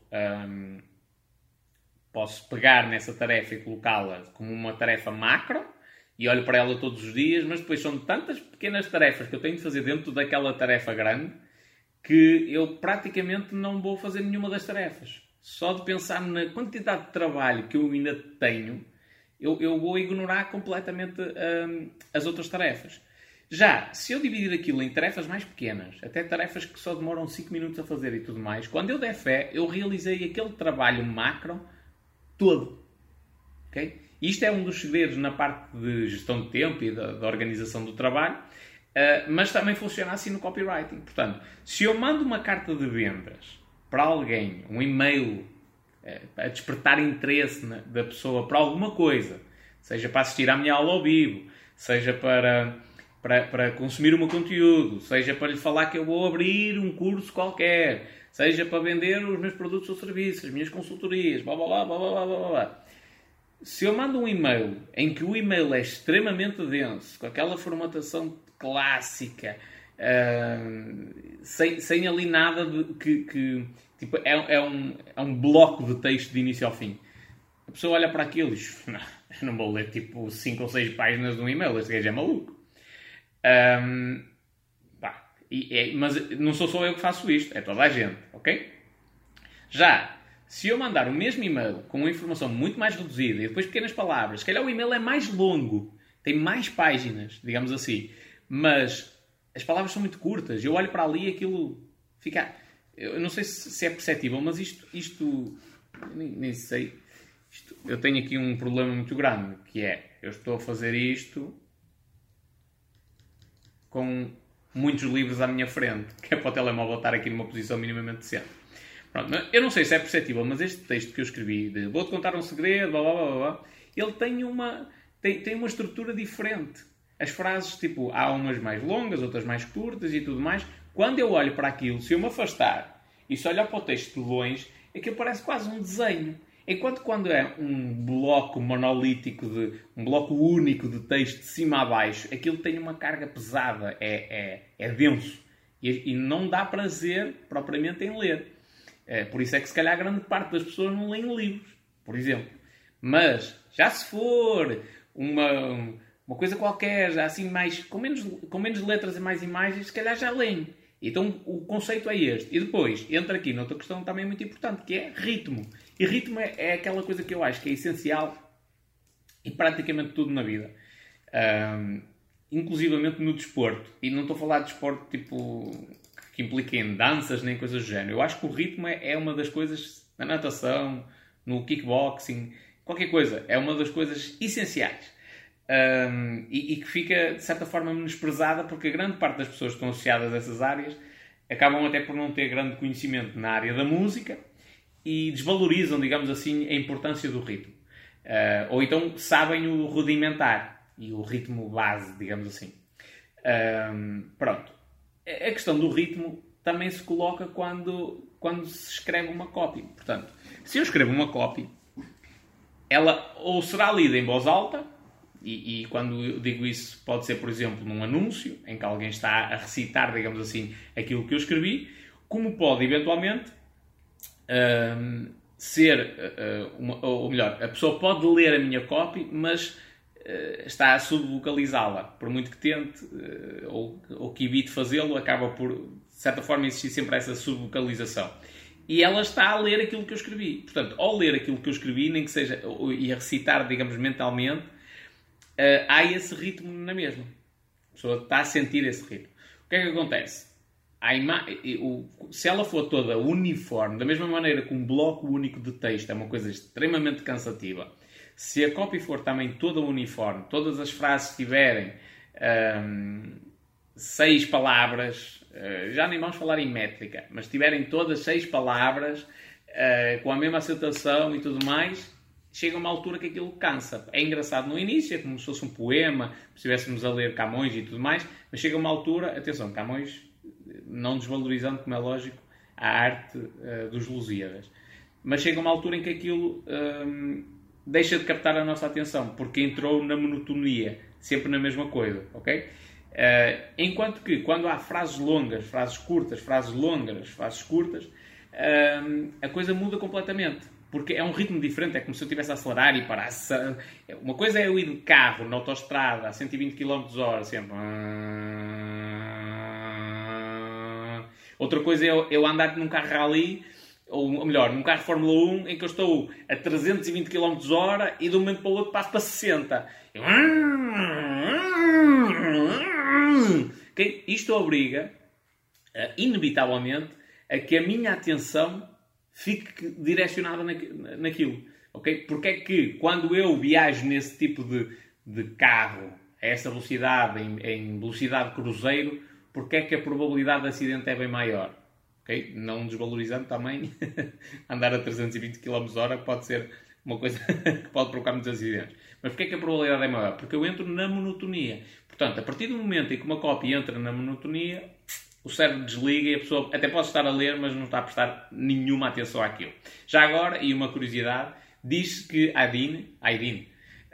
pegar nessa tarefa e colocá-la como uma tarefa macro e olho para ela todos os dias, mas depois são tantas pequenas tarefas que eu tenho de fazer dentro daquela tarefa grande que eu praticamente não vou fazer nenhuma das tarefas. Só de pensar na quantidade de trabalho que eu ainda tenho, eu vou ignorar completamente as outras tarefas. Já, se eu dividir aquilo em tarefas mais pequenas, até tarefas que só demoram 5 minutos a fazer e tudo mais, quando eu der fé, eu realizei aquele trabalho macro todo. Okay? Isto é um dos segredos na parte de gestão de tempo e da organização do trabalho, mas também funciona assim no copywriting. Portanto, se eu mando uma carta de vendas para alguém, um e-mail, a despertar interesse da pessoa para alguma coisa, seja para assistir à minha aula ao vivo, seja para consumir o meu conteúdo, seja para lhe falar que eu vou abrir um curso qualquer, seja para vender os meus produtos ou serviços, as minhas consultorias, blá blá blá blá blá blá blá. Se eu mando um e-mail em que o e-mail é extremamente denso, com aquela formatação clássica, sem ali nada tipo, é um bloco de texto de início ao fim, a pessoa olha para aquilo e diz, não, eu não vou ler tipo 5 ou 6 páginas de um e-mail, este gajo é maluco. Mas não sou só eu que faço isto, é toda a gente, ok? Já, se eu mandar o mesmo e-mail com uma informação muito mais reduzida e depois pequenas palavras, se calhar o e-mail é mais longo, tem mais páginas, digamos assim, mas as palavras são muito curtas, eu olho para ali e aquilo fica... Eu não sei se é perceptível, mas isto nem sei. Eu tenho aqui um problema muito grande, que é, eu estou a fazer isto com muitos livros à minha frente, que é para o telemóvel estar aqui numa posição minimamente decente. Pronto, eu não sei se é perceptível, mas este texto que eu escrevi, de vou-te contar um segredo, blá, blá, blá, blá, ele tem uma estrutura diferente. As frases, tipo, há umas mais longas, outras mais curtas e tudo mais. Quando eu olho para aquilo, se eu me afastar e se olhar para o texto de longe, aquilo parece quase um desenho. Enquanto quando é um bloco monolítico, um bloco único de texto de cima a baixo, aquilo tem uma carga pesada, é denso. E não dá prazer propriamente em ler. Por isso é que se calhar grande parte das pessoas não leem livros, por exemplo. Mas, já se for uma coisa qualquer, já assim mais, com menos letras e mais imagens, se calhar já leem. Então o conceito é este. E depois entra aqui noutra questão também muito importante, que é ritmo. E ritmo é aquela coisa que eu acho que é essencial em praticamente tudo na vida. Inclusivamente no desporto. E não estou a falar de desporto tipo que implica em danças nem coisas do género. Eu acho que o ritmo é uma das coisas, na natação, no kickboxing, qualquer coisa. É uma das coisas essenciais. E que fica, de certa forma, menosprezada porque a grande parte das pessoas que estão associadas a essas áreas acabam até por não ter grande conhecimento na área da música e desvalorizam, digamos assim, a importância do ritmo. Ou então sabem o rudimentar e o ritmo base, digamos assim. Pronto. A questão do ritmo também se coloca quando se escreve uma copy. Portanto, se eu escrevo uma copy, ela ou será lida em voz alta, e quando eu digo isso pode ser, por exemplo, num anúncio, em que alguém está a recitar, digamos assim, aquilo que eu escrevi, como pode, eventualmente, ser, ou melhor, a pessoa pode ler a minha copy, mas está a subvocalizá-la. Por muito que tente, ou que evite fazê-lo, acaba por, de certa forma, existir sempre essa subvocalização. E ela está a ler aquilo que eu escrevi. Portanto, ao ler aquilo que eu escrevi, nem que seja, e a recitar, digamos, mentalmente, há esse ritmo na mesma. A pessoa está a sentir esse ritmo. O que é que acontece? se ela for toda uniforme, da mesma maneira que um bloco único de texto é uma coisa extremamente cansativa, se a copy for também toda uniforme, todas as frases tiverem 6 palavras, já nem vamos falar em métrica, mas tiverem todas 6 palavras, com a mesma acentuação e tudo mais, chega uma altura que aquilo cansa. É engraçado no início, é como se fosse um poema, se estivéssemos a ler Camões e tudo mais, mas chega uma altura, atenção, Camões, não desvalorizando, como é lógico, a arte dos Lusíadas, mas chega uma altura em que aquilo deixa de captar a nossa atenção, porque entrou na monotonia, sempre na mesma coisa, ok? Enquanto que, quando há frases longas, frases curtas, frases longas, frases curtas, a coisa muda completamente. Porque é um ritmo diferente, é como se eu estivesse a acelerar e parasse. Uma coisa é eu ir de carro na autoestrada a 120 km/h, sempre. Outra coisa é eu andar num carro rally, ou melhor, num carro Fórmula 1, em que eu estou a 320 km/h e de um momento para o outro passo para 60. Okay? Isto obriga, inevitavelmente, a que a minha atenção fique direcionada naquilo. Okay? Porque é que quando eu viajo nesse tipo de carro, a essa velocidade, em velocidade cruzeiro, porque é que a probabilidade de acidente é bem maior? Okay? Não desvalorizando também, andar a 320 km/h pode ser uma coisa que pode provocar muitos acidentes. Mas porque é que a probabilidade é maior? Porque eu entro na monotonia. Portanto, a partir do momento em que uma cópia entra na monotonia, o cérebro desliga e a pessoa até pode estar a ler, mas não está a prestar nenhuma atenção àquilo. Já agora, e uma curiosidade, diz que Haydn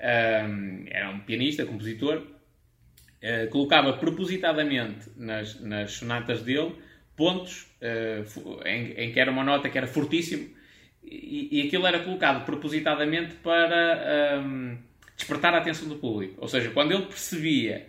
era um pianista, compositor, colocava propositadamente nas sonatas dele pontos em que era uma nota que era fortíssimo, e aquilo era colocado propositadamente para despertar a atenção do público. Ou seja, quando ele percebia,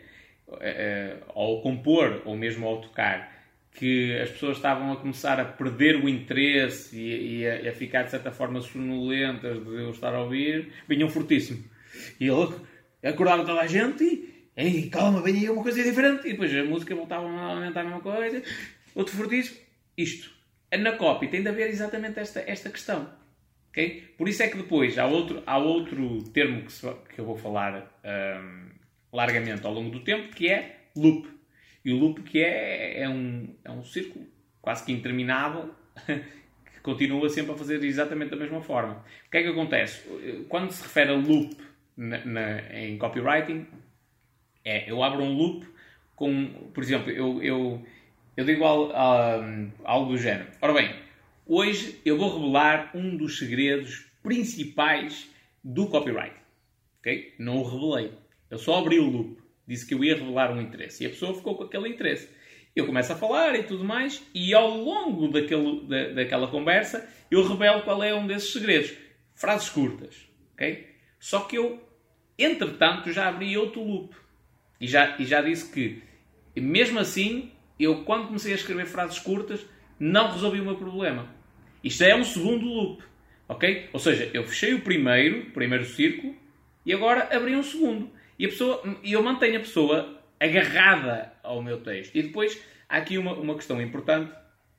ao compor ou mesmo ao tocar, que as pessoas estavam a começar a perder o interesse e a ficar de certa forma sonolentas de eu estar a ouvir, vinham fortíssimo. E ele acordava toda a gente e calma, vem aí uma coisa diferente. E depois a música voltava novamente à mesma coisa. Outro fortíssimo. Isto. Na copy tem de haver exatamente esta questão. Okay? Por isso é que depois há outro termo que eu vou falar largamente ao longo do tempo, que é loop. E o loop que é um círculo quase que interminável que continua sempre a fazer exatamente da mesma forma. O que é que acontece? Quando se refere a loop em copywriting, eu abro um loop com, por exemplo, eu digo algo do género. Ora bem, hoje eu vou revelar um dos segredos principais do copywriting. Okay? Não o revelei. Eu só abri o loop. Disse que eu ia revelar um interesse. E a pessoa ficou com aquele interesse. Eu começo a falar e tudo mais. E ao longo daquela conversa, eu revelo qual é um desses segredos. Frases curtas. Okay? Só que eu, entretanto, já abri outro loop. E já disse que, mesmo assim, eu, quando comecei a escrever frases curtas, não resolvi o meu problema. Isto é um segundo loop. Okay? Ou seja, eu fechei o primeiro círculo, e agora abri um segundo. E eu mantenho a pessoa agarrada ao meu texto. E depois há aqui uma questão importante,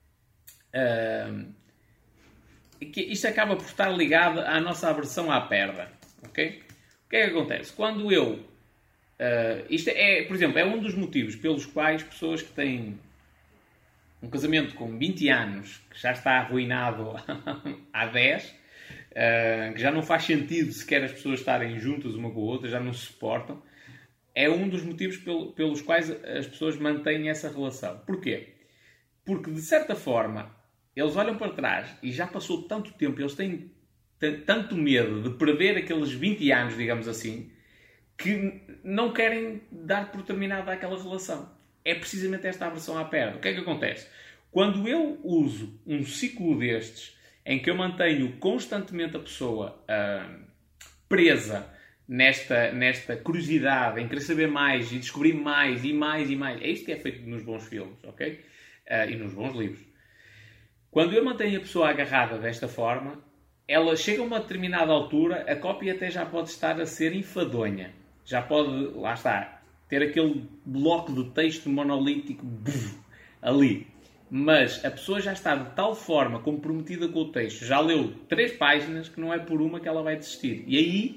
que isto acaba por estar ligado à nossa aversão à perda. Okay? O que é que acontece? Quando eu... isto é, por exemplo, é um dos motivos pelos quais pessoas que têm um casamento com 20 anos, que já está arruinado há 10... que já não faz sentido sequer as pessoas estarem juntas uma com a outra, já não se suportam, é um dos motivos pelos quais as pessoas mantêm essa relação. Porquê? Porque, de certa forma, eles olham para trás e já passou tanto tempo, eles têm tanto medo de perder aqueles 20 anos, digamos assim, que não querem dar por terminada aquela relação. É precisamente esta aversão à perda. O que é que acontece? Quando eu uso um ciclo destes, em que eu mantenho constantemente a pessoa presa nesta curiosidade, em querer saber mais e descobrir mais e mais e mais. É isto que é feito nos bons filmes, ok? E nos bons livros. Quando eu mantenho a pessoa agarrada desta forma, ela chega a uma determinada altura, a cópia até já pode estar a ser enfadonha. Já pode, lá está, ter aquele bloco de texto monolítico ali. Mas a pessoa já está de tal forma comprometida com o texto, já leu 3 páginas, que não é por uma que ela vai desistir. E aí,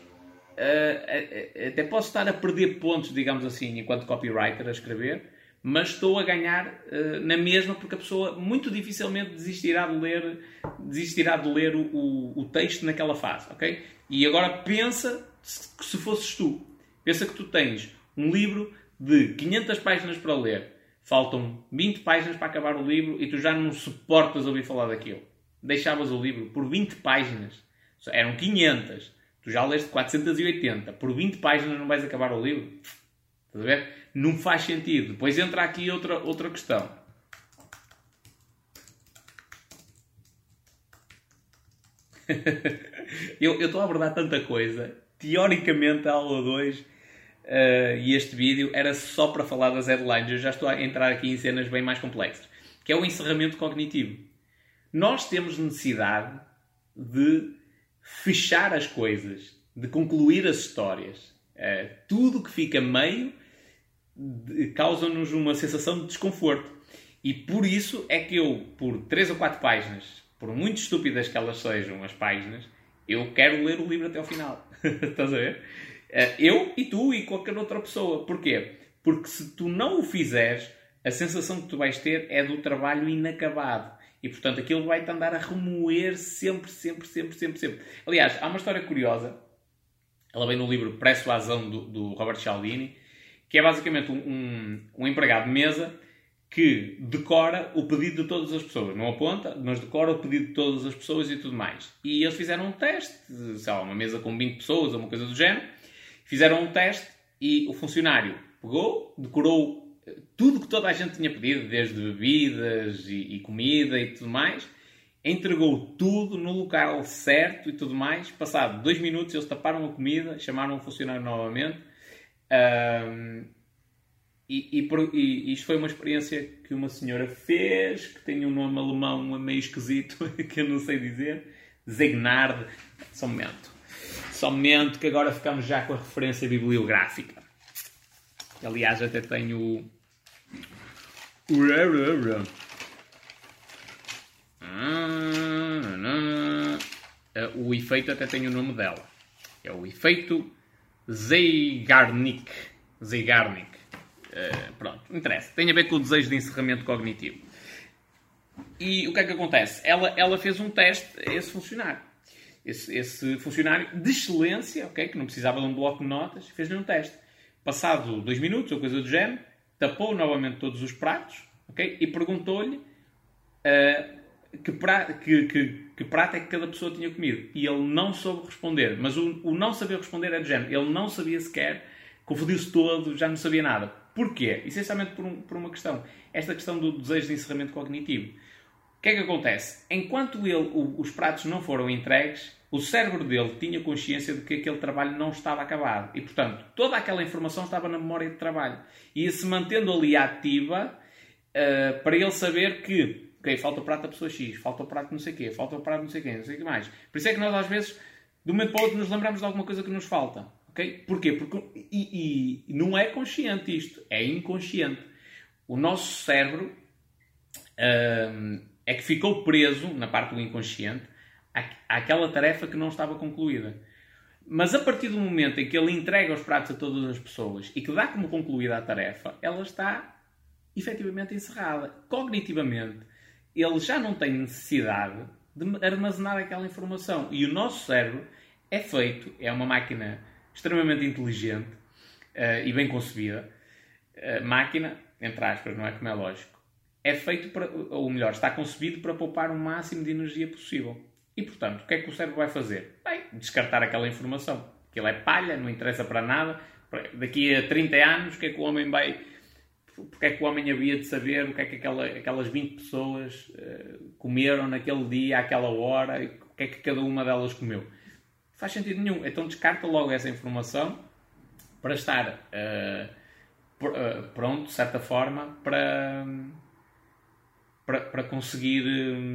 até posso estar a perder pontos, digamos assim, enquanto copywriter a escrever, mas estou a ganhar na mesma, porque a pessoa muito dificilmente desistirá de ler o texto naquela fase, ok? E agora pensa que se fosses tu. Pensa que tu tens um livro de 500 páginas para ler. Faltam 20 páginas para acabar o livro e tu já não suportas ouvir falar daquilo. Deixavas o livro por 20 páginas. Eram 500. Tu já leste 480. Por 20 páginas não vais acabar o livro? Estás a ver? Não faz sentido. Depois entra aqui outra questão. eu estou a abordar tanta coisa. Teoricamente, a aula 2 e este vídeo era só para falar das headlines. Eu já estou a entrar aqui em cenas bem mais complexas. Que é o encerramento cognitivo. Nós temos necessidade de fechar as coisas, de concluir as histórias. Tudo que fica meio causa-nos uma sensação de desconforto. E por isso é que eu, por 3 ou 4 páginas, por muito estúpidas que elas sejam as páginas, eu quero ler o livro até ao final. Estás a ver? Eu e tu e qualquer outra pessoa. Porquê? Porque se tu não o fizeres, a sensação que tu vais ter é do trabalho inacabado. E, portanto, aquilo vai-te andar a remoer sempre. Aliás, há uma história curiosa. Ela vem no livro Persuasão do Robert Cialdini, que é basicamente um empregado de mesa que decora o pedido de todas as pessoas. Não aponta, mas decora o pedido de todas as pessoas e tudo mais. E eles fizeram um teste, sei lá, uma mesa com 20 pessoas ou uma coisa do género. Fizeram um teste e o funcionário pegou, decorou tudo que toda a gente tinha pedido, desde bebidas e comida e tudo mais, entregou tudo no local certo e tudo mais. Passado 2 minutos, eles taparam a comida, chamaram o funcionário novamente. E isto foi uma experiência que uma senhora fez, que tem um nome alemão meio esquisito, que eu não sei dizer. Zegnard. Só um momento, que agora ficamos já com a referência bibliográfica. Aliás, até tenho o efeito, até tem o nome dela. É o efeito Zeigarnik. Pronto, não interessa. Tem a ver com o desejo de encerramento cognitivo. E o que é que acontece? Ela fez um teste a esse funcionário. Esse funcionário de excelência, okay, que não precisava de um bloco de notas, fez-lhe um teste. Passado 2 minutos, ou coisa do género, tapou novamente todos os pratos, okay, e perguntou-lhe que prato é que cada pessoa tinha comido. E ele não soube responder. Mas o não saber responder é do género. Ele não sabia sequer, confundiu-se todo, já não sabia nada. Porquê? Essencialmente por uma questão. Esta questão do desejo de encerramento cognitivo. O que é que acontece? Enquanto os pratos não foram entregues, o cérebro dele tinha consciência de que aquele trabalho não estava acabado. E, portanto, toda aquela informação estava na memória de trabalho. E ia-se mantendo ali ativa para ele saber que, ok, falta o prato da pessoa X, falta o prato não sei o quê, falta o prato não sei o que mais. Por isso é que nós, às vezes, de um momento para o outro, nos lembramos de alguma coisa que nos falta. Okay? Porquê? Porque não é consciente isto, é inconsciente. O nosso cérebro é que ficou preso, na parte do inconsciente, àquela tarefa que não estava concluída. Mas a partir do momento em que ele entrega os pratos a todas as pessoas e que dá como concluída a tarefa, ela está efetivamente encerrada. Cognitivamente, ele já não tem necessidade de armazenar aquela informação. E o nosso cérebro é uma máquina extremamente inteligente e bem concebida. Máquina, entre aspas, não é como é lógico. É feito para, ou melhor, está concebido para poupar o máximo de energia possível. E, portanto, o que é que o cérebro vai fazer? Vai descartar aquela informação. Aquilo é palha, não interessa para nada. Daqui a 30 anos, o que é que o homem vai... Porque é que o homem havia de saber o que é que aquelas 20 pessoas comeram naquele dia, àquela hora, e o que é que cada uma delas comeu? Não faz sentido nenhum. Então descarta logo essa informação para estar pronto, de certa forma, para conseguir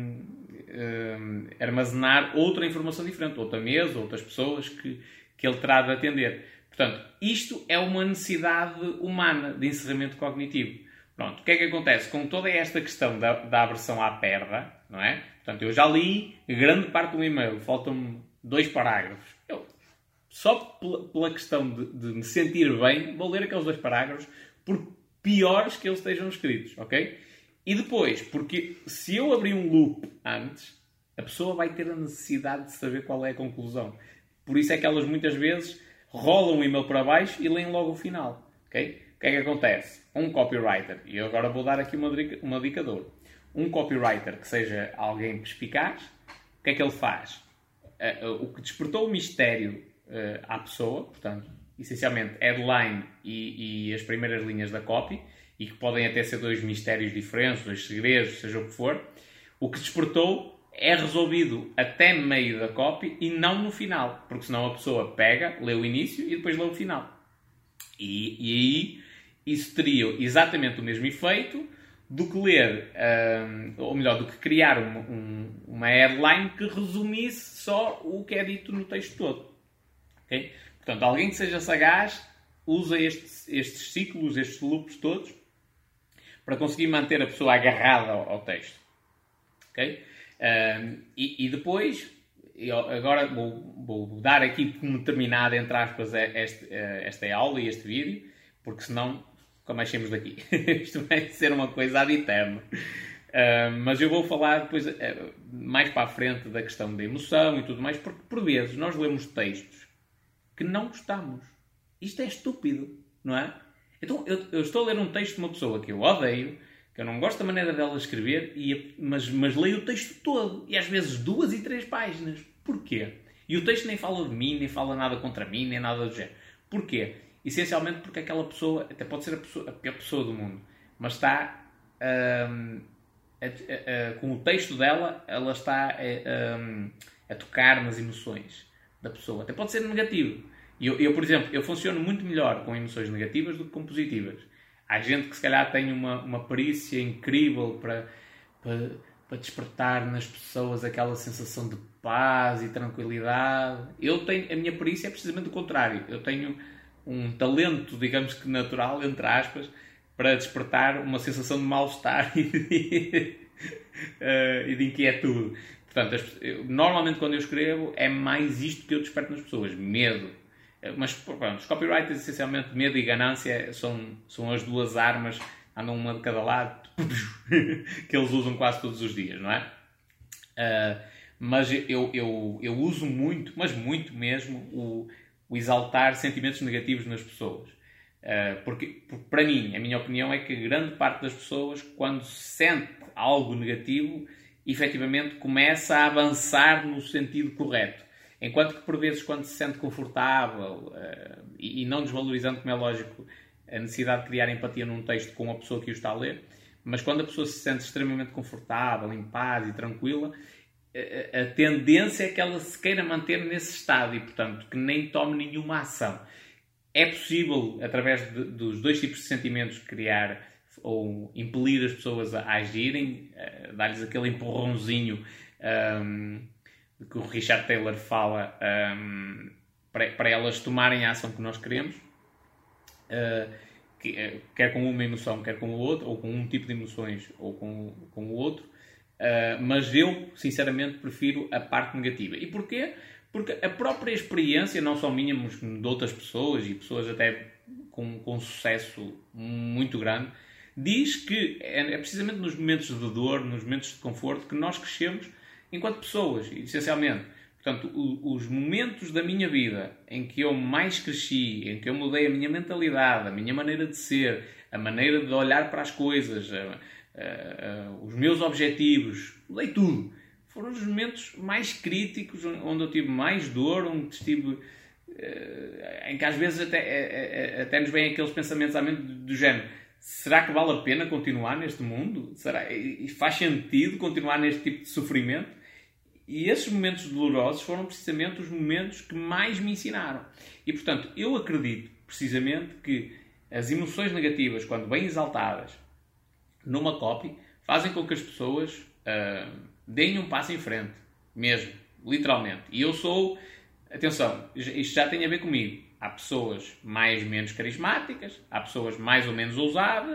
armazenar outra informação diferente, outra mesa, outras pessoas que ele terá de atender. Portanto, isto é uma necessidade humana de encerramento cognitivo. Pronto, o que é que acontece? Com toda esta questão da aversão à perda, não é? Portanto, eu já li grande parte do e-mail, faltam-me 2 parágrafos. Eu, só pela questão de me sentir bem, vou ler aqueles 2 parágrafos, por piores que eles estejam escritos, ok? E depois, porque se eu abrir um loop antes, a pessoa vai ter a necessidade de saber qual é a conclusão. Por isso é que elas muitas vezes rolam o e-mail para baixo e leem logo o final, ok? O que é que acontece? Um copywriter, e eu agora vou dar aqui uma dica de ouro. Um copywriter que seja alguém perspicaz, o que é que ele faz? O que despertou o mistério à pessoa, portanto, essencialmente headline e as primeiras linhas da copy, e que podem até ser 2 mistérios diferentes, 2 segredos, seja o que for, o que despertou é resolvido até meio da copy e não no final, porque senão a pessoa pega, lê o início e depois lê o final. E aí isso teria exatamente o mesmo efeito do que ler, ou melhor, do que criar uma headline que resumisse só o que é dito no texto todo. Okay? Portanto, alguém que seja sagaz usa estes ciclos, estes loops todos, para conseguir manter a pessoa agarrada ao texto. Okay? E depois, agora vou dar aqui como terminado, entre aspas, esta aula e este vídeo, porque senão nunca mais saímos daqui. Isto vai ser uma coisa ad eterno. Mas eu vou falar depois, mais para a frente, da questão da emoção e tudo mais, porque por vezes nós lemos textos que não gostamos. Isto é estúpido, não é? Então eu estou a ler um texto de uma pessoa que eu odeio, que eu não gosto da maneira dela escrever, mas leio o texto todo, e às vezes 2 e 3 páginas. Porquê? E o texto nem fala de mim, nem fala nada contra mim, nem nada do género. Porquê? Essencialmente porque aquela pessoa, até pode ser a pior pessoa do mundo, mas está, com o texto dela, ela está a tocar nas emoções da pessoa. Até pode ser negativo. Eu, por exemplo, eu funciono muito melhor com emoções negativas do que com positivas. Há gente que se calhar tem uma perícia incrível para despertar nas pessoas aquela sensação de paz e tranquilidade. A minha perícia é precisamente o contrário. Eu tenho um talento, digamos que natural, entre aspas, para despertar uma sensação de mal-estar e de inquietude. Portanto, normalmente quando eu escrevo é mais isto que eu desperto nas pessoas. Medo. Mas pronto, os copywriters, essencialmente, medo e ganância são as 2 armas, andam uma de cada lado, que eles usam quase todos os dias, não é? Mas eu uso muito, mas muito mesmo, o exaltar sentimentos negativos nas pessoas. Porque para mim, a minha opinião é que grande parte das pessoas, quando sente algo negativo, efetivamente começa a avançar no sentido correto. Enquanto que, por vezes, quando se sente confortável, e não desvalorizando, como é lógico, a necessidade de criar empatia num texto com a pessoa que o está a ler, mas quando a pessoa se sente extremamente confortável, em paz e tranquila, a tendência é que ela se queira manter nesse estado e, portanto, que nem tome nenhuma ação. É possível, através dos 2 tipos de sentimentos, criar ou impelir as pessoas a agirem, dar-lhes aquele empurrãozinho que o Richard Taylor fala, para elas tomarem a ação que nós queremos, quer com uma emoção, quer com o outro, ou com um tipo de emoções, ou com o outro. Mas eu, sinceramente, prefiro a parte negativa. E porquê? Porque a própria experiência, não só minha, mas de outras pessoas, e pessoas até com sucesso muito grande, diz que é precisamente nos momentos de dor, nos momentos de conforto, que nós crescemos enquanto pessoas, essencialmente. Portanto, os momentos da minha vida em que eu mais cresci, em que eu mudei a minha mentalidade, a minha maneira de ser, a maneira de olhar para as coisas, os meus objetivos, mudei tudo. Foram os momentos mais críticos, onde eu tive mais dor, onde estive, em que às vezes até nos vêm aqueles pensamentos à mente do género: será que vale a pena continuar neste mundo? Faz sentido continuar neste tipo de sofrimento? E esses momentos dolorosos foram precisamente os momentos que mais me ensinaram. E, portanto, eu acredito precisamente que as emoções negativas, quando bem exaltadas numa copy, fazem com que as pessoas deem um passo em frente. Mesmo. Literalmente. E eu sou... Atenção, isto já tem a ver comigo. Há pessoas mais ou menos carismáticas, há pessoas mais ou menos ousadas,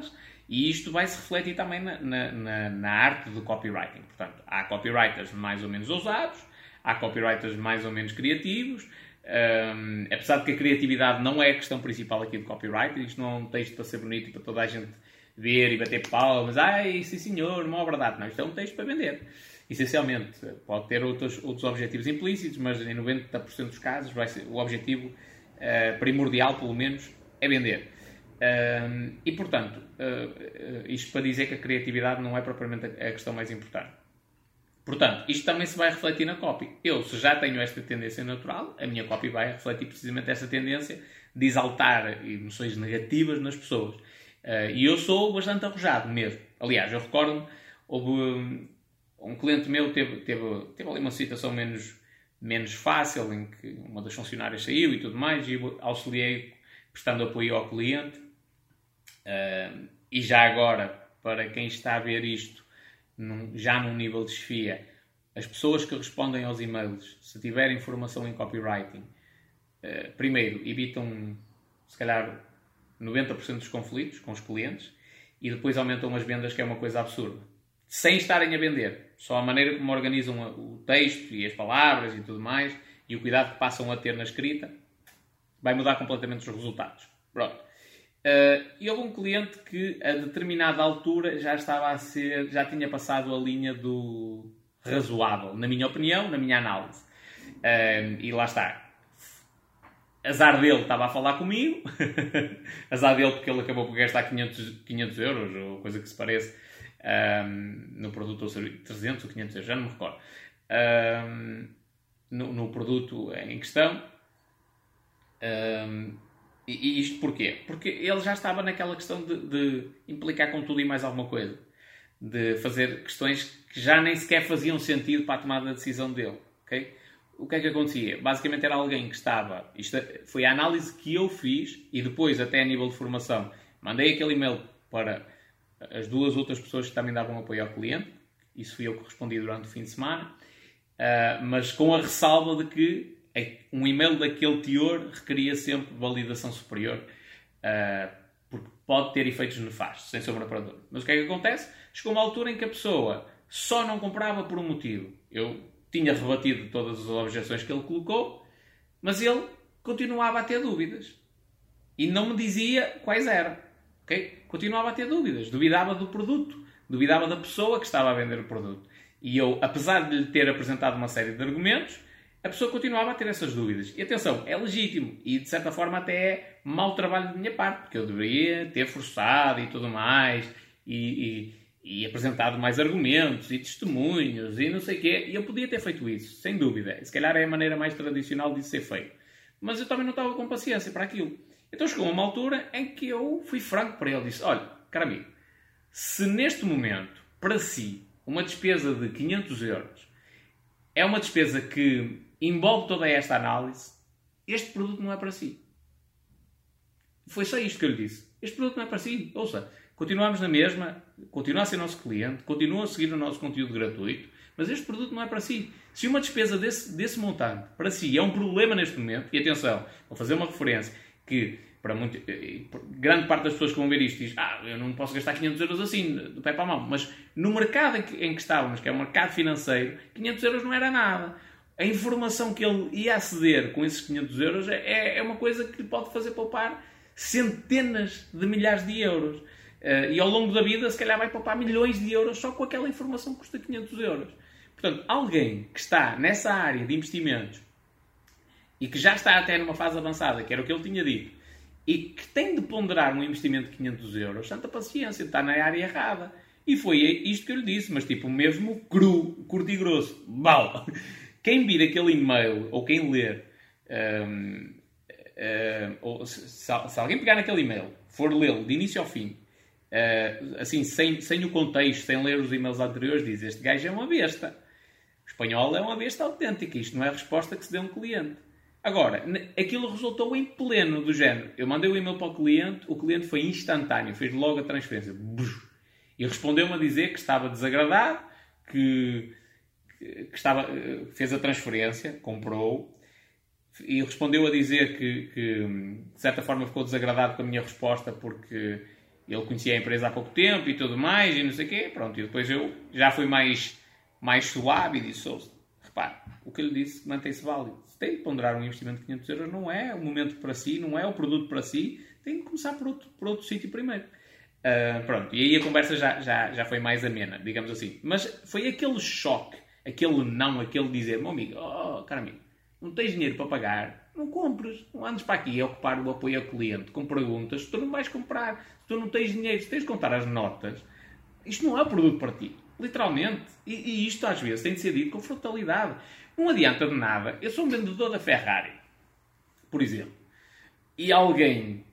E isto vai se refletir também na arte do copywriting. Portanto, há copywriters mais ou menos ousados, há copywriters mais ou menos criativos. Apesar de que a criatividade não é a questão principal aqui do copywriting, isto não é um texto para ser bonito e para toda a gente ver e bater palmas, sim senhor, uma obra de arte. Não, isto é um texto para vender. Essencialmente, pode ter outros objetivos implícitos, mas em 90% dos casos vai ser, o objetivo primordial, pelo menos, é vender. E, portanto, isto para dizer que a criatividade não é propriamente a questão mais importante. Portanto, isto também se vai refletir na copy. Se já tenho esta tendência natural, a minha copy vai refletir precisamente essa tendência de exaltar emoções negativas nas pessoas. E eu sou bastante arrojado mesmo. Aliás, eu recordo-me, houve um cliente meu teve ali uma situação menos fácil, em que uma das funcionárias saiu e tudo mais, e eu auxiliei prestando apoio ao cliente. E já agora, para quem está a ver isto, já num nível de chefia, as pessoas que respondem aos e-mails, se tiverem formação em copywriting, primeiro, evitam, se calhar, 90% dos conflitos com os clientes e depois aumentam as vendas, que é uma coisa absurda. Sem estarem a vender. Só a maneira como organizam o texto e as palavras e tudo mais e o cuidado que passam a ter na escrita vai mudar completamente os resultados. Pronto. E houve um cliente que a determinada altura já tinha passado a linha do razoável, na minha opinião, na minha análise. E lá está. Azar dele, estava a falar comigo. Azar dele porque ele acabou por gastar 500 euros, ou coisa que se pareça, no produto ou serviço, 300 ou 500 euros, já não me recordo. No produto em questão. E isto porquê? Porque ele já estava naquela questão de implicar com tudo e mais alguma coisa. De fazer questões que já nem sequer faziam sentido para a tomada de decisão dele. Okay? O que é que acontecia? Basicamente era alguém que estava... Isto foi a análise que eu fiz e depois, até a nível de formação, mandei aquele e-mail para as duas outras pessoas que também davam apoio ao cliente. Isso fui eu que respondi durante o fim de semana. Mas com a ressalva de que um e-mail daquele teor requeria sempre validação superior, porque pode ter efeitos nefastos, sem sombra para dúvida. Mas o que é que acontece? Chegou uma altura em que a pessoa só não comprava por um motivo. Eu tinha rebatido todas as objeções que ele colocou, mas ele continuava a ter dúvidas. E não me dizia quais eram. Okay? Continuava a ter dúvidas. Duvidava do produto. Duvidava da pessoa que estava a vender o produto. E eu, apesar de lhe ter apresentado uma série de argumentos, a pessoa continuava a ter essas dúvidas. E atenção, é legítimo. E de certa forma até é mau trabalho da minha parte, porque eu deveria ter forçado e tudo mais, e apresentado mais argumentos e testemunhos e não sei o quê. E eu podia ter feito isso, sem dúvida. Se calhar é a maneira mais tradicional de ser feito. Mas eu também não estava com paciência para aquilo. Então chegou uma altura em que eu fui franco para ele. Disse, olha, caro amigo, se neste momento, para si, uma despesa de 500 euros é uma despesa que envolve toda esta análise, este produto não é para si. Foi só isto que eu lhe disse. Este produto não é para si. Ouça, continuamos na mesma, continua a ser nosso cliente, continua a seguir o nosso conteúdo gratuito, mas este produto não é para si. Se uma despesa desse montante para si é um problema neste momento, e atenção, vou fazer uma referência que para grande parte das pessoas que vão ver isto diz, eu não posso gastar 500 euros assim, do pé para a mão. Mas no mercado em que estávamos, que é o mercado financeiro, 500 euros não era nada. A informação que ele ia aceder com esses 500 euros é uma coisa que lhe pode fazer poupar centenas de milhares de euros. E ao longo da vida, se calhar vai poupar milhões de euros só com aquela informação que custa 500 euros. Portanto, alguém que está nessa área de investimentos e que já está até numa fase avançada, que era o que ele tinha dito, e que tem de ponderar um investimento de 500 euros, santa paciência, está na área errada. E foi isto que eu lhe disse, mas tipo mesmo cru, curto e grosso. Bom, quem vir aquele e-mail, ou quem ler, ou se alguém pegar naquele e-mail, for lê-lo de início ao fim, assim, sem o contexto, sem ler os e-mails anteriores, diz, este gajo é uma besta. O espanhol é uma besta autêntica. Isto não é a resposta que se deu a um cliente. Agora, aquilo resultou em pleno do género. Eu mandei o e-mail para o cliente foi instantâneo, fez logo a transferência. E respondeu-me a dizer que estava desagradado, que fez a transferência, comprou, e respondeu a dizer que de certa forma ficou desagradado com a minha resposta porque Ele conhecia a empresa há pouco tempo e tudo mais, e não sei o quê. Pronto, e depois eu já fui mais suave e disse, repare, o que eu lhe disse mantém-se válido. Se tem de ponderar um investimento de 500 euros, não é o momento para si, não é o produto para si, tem de começar por outro sítio primeiro. Pronto, e aí a conversa já foi mais amena, digamos assim. Mas foi aquele choque, aquele dizer, meu amigo, caro amigo, não tens dinheiro para pagar, não compres, não andes para aqui a ocupar o apoio ao cliente com perguntas, se tu não vais comprar, se tu não tens dinheiro, se tens de contar as notas, isto não é o produto para ti, literalmente. E isto às vezes tem de ser dito com frontalidade. Não adianta de nada, eu sou um vendedor da Ferrari, por exemplo, e alguém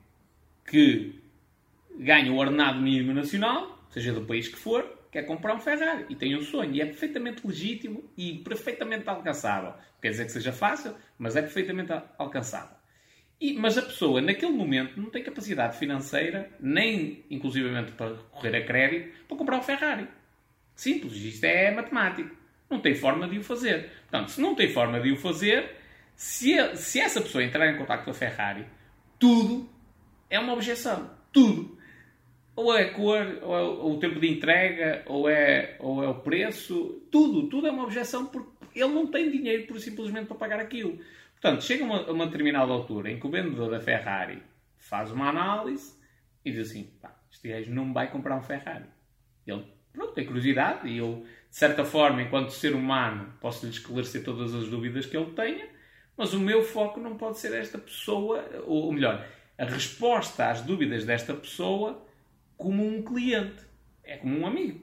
que ganha o ordenado mínimo nacional, seja do país que for, quer comprar um Ferrari e tem um sonho e é perfeitamente legítimo e perfeitamente alcançável. Quer dizer que seja fácil, mas é perfeitamente alcançável. Mas a pessoa, naquele momento, não tem capacidade financeira, nem inclusivamente para recorrer a crédito, para comprar um Ferrari. Simples, isto é matemático. Não tem forma de o fazer. Portanto, se não tem forma de o fazer, se essa pessoa entrar em contato com a Ferrari, tudo é uma objeção. Tudo. Ou é a cor, ou é o tempo de entrega, ou é o preço. Tudo é uma objeção porque ele não tem dinheiro por simplesmente para pagar aquilo. Portanto, chega a uma determinada altura em que o vendedor da Ferrari faz uma análise e diz assim, este gajo não vai comprar um Ferrari. Ele, pronto, tem curiosidade e eu, de certa forma, enquanto ser humano, posso lhe esclarecer todas as dúvidas que ele tenha, mas o meu foco não pode ser esta pessoa, ou melhor, a resposta às dúvidas desta pessoa como um cliente. É como um amigo.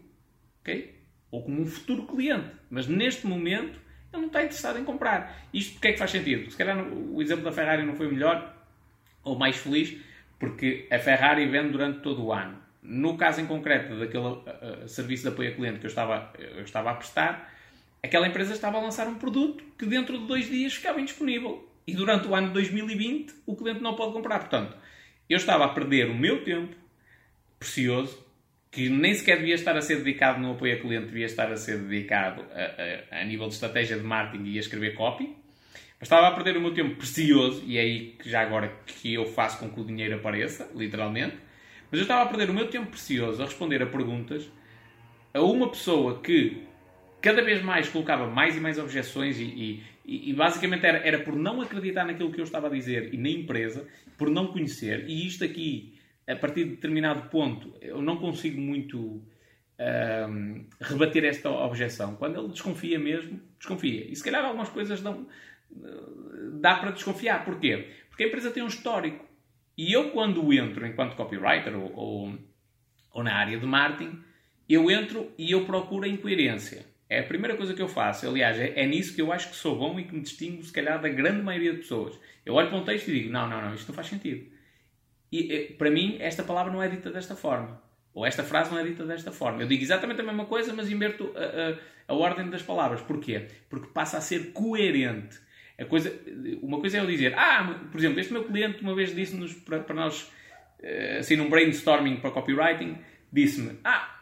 Ok? Ou como um futuro cliente. Mas neste momento ele não está interessado em comprar. Isto porque é que faz sentido? Se calhar o exemplo da Ferrari não foi melhor ou mais feliz porque a Ferrari vende durante todo o ano. No caso em concreto daquele serviço de apoio a cliente que eu estava a prestar, aquela empresa estava a lançar um produto que dentro de 2 dias ficava indisponível. E durante o ano de 2020 o cliente não pode comprar. Portanto, eu estava a perder o meu tempo precioso, que nem sequer devia estar a ser dedicado no apoio a cliente, devia estar a ser dedicado a nível de estratégia de marketing e a escrever copy. Mas estava a perder o meu tempo precioso, e é aí que já agora que eu faço com que o dinheiro apareça, literalmente. Mas eu estava a perder o meu tempo precioso a responder a perguntas a uma pessoa que cada vez mais colocava mais e mais objeções e basicamente era por não acreditar naquilo que eu estava a dizer e na empresa, por não conhecer. E isto aqui, a partir de determinado ponto, eu não consigo muito rebater esta objeção. Quando ele desconfia mesmo, desconfia. E se calhar algumas coisas dá para desconfiar. Porquê? Porque a empresa tem um histórico. E eu, quando entro enquanto copywriter ou na área de marketing, eu entro e eu procuro a incoerência. É a primeira coisa que eu faço. Aliás, é nisso que eu acho que sou bom e que me distingo, se calhar, da grande maioria de pessoas. Eu olho para um texto e digo, não, isto não faz sentido. E, para mim, esta palavra não é dita desta forma. Ou esta frase não é dita desta forma. Eu digo exatamente a mesma coisa, mas inverto a ordem das palavras. Porquê? Porque passa a ser coerente. Uma coisa é eu dizer, por exemplo, este meu cliente uma vez disse-nos para nós, assim, num brainstorming para copywriting, disse-me,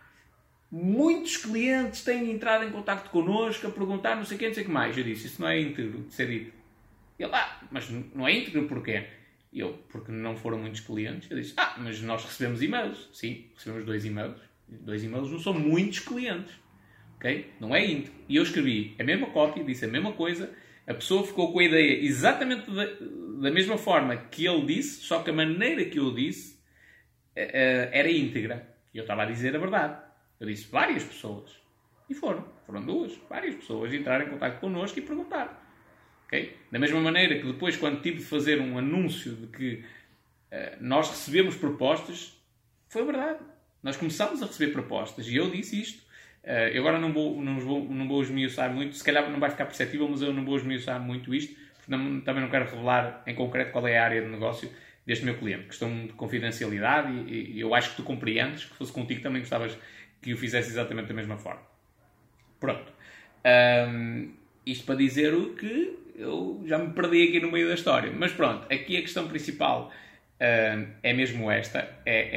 muitos clientes têm entrado em contacto connosco a perguntar não sei o que mais. Eu disse, isso não é íntegro de ser dito. Ele, mas não é íntegro porquê? Porque não foram muitos clientes. Eu disse, mas nós recebemos e-mails. Sim, recebemos 2 e-mails. 2 e-mails não são muitos clientes. Ok? Não é íntegro. E eu escrevi a mesma cópia, disse a mesma coisa. A pessoa ficou com a ideia exatamente da mesma forma que ele disse, só que a maneira que eu disse era íntegra. E eu estava a dizer a verdade. Eu disse várias pessoas. E foram 2. Várias pessoas entraram em contato connosco e perguntaram. Okay? Da mesma maneira que depois, quando tive de fazer um anúncio de que nós recebemos propostas, foi verdade. Nós começámos a receber propostas. E eu disse isto. Eu agora não vou esmiuçar muito. Se calhar não vai ficar perceptível, mas eu não vou esmiuçar muito isto. Porque também não quero revelar em concreto qual é a área de negócio deste meu cliente. Questão de confidencialidade. E eu acho que tu compreendes. Que fosse contigo também gostavas que eu fizesse exatamente da mesma forma. Pronto. Isto para dizer o que eu já me perdi aqui no meio da história. Mas pronto, aqui a questão principal é mesmo esta.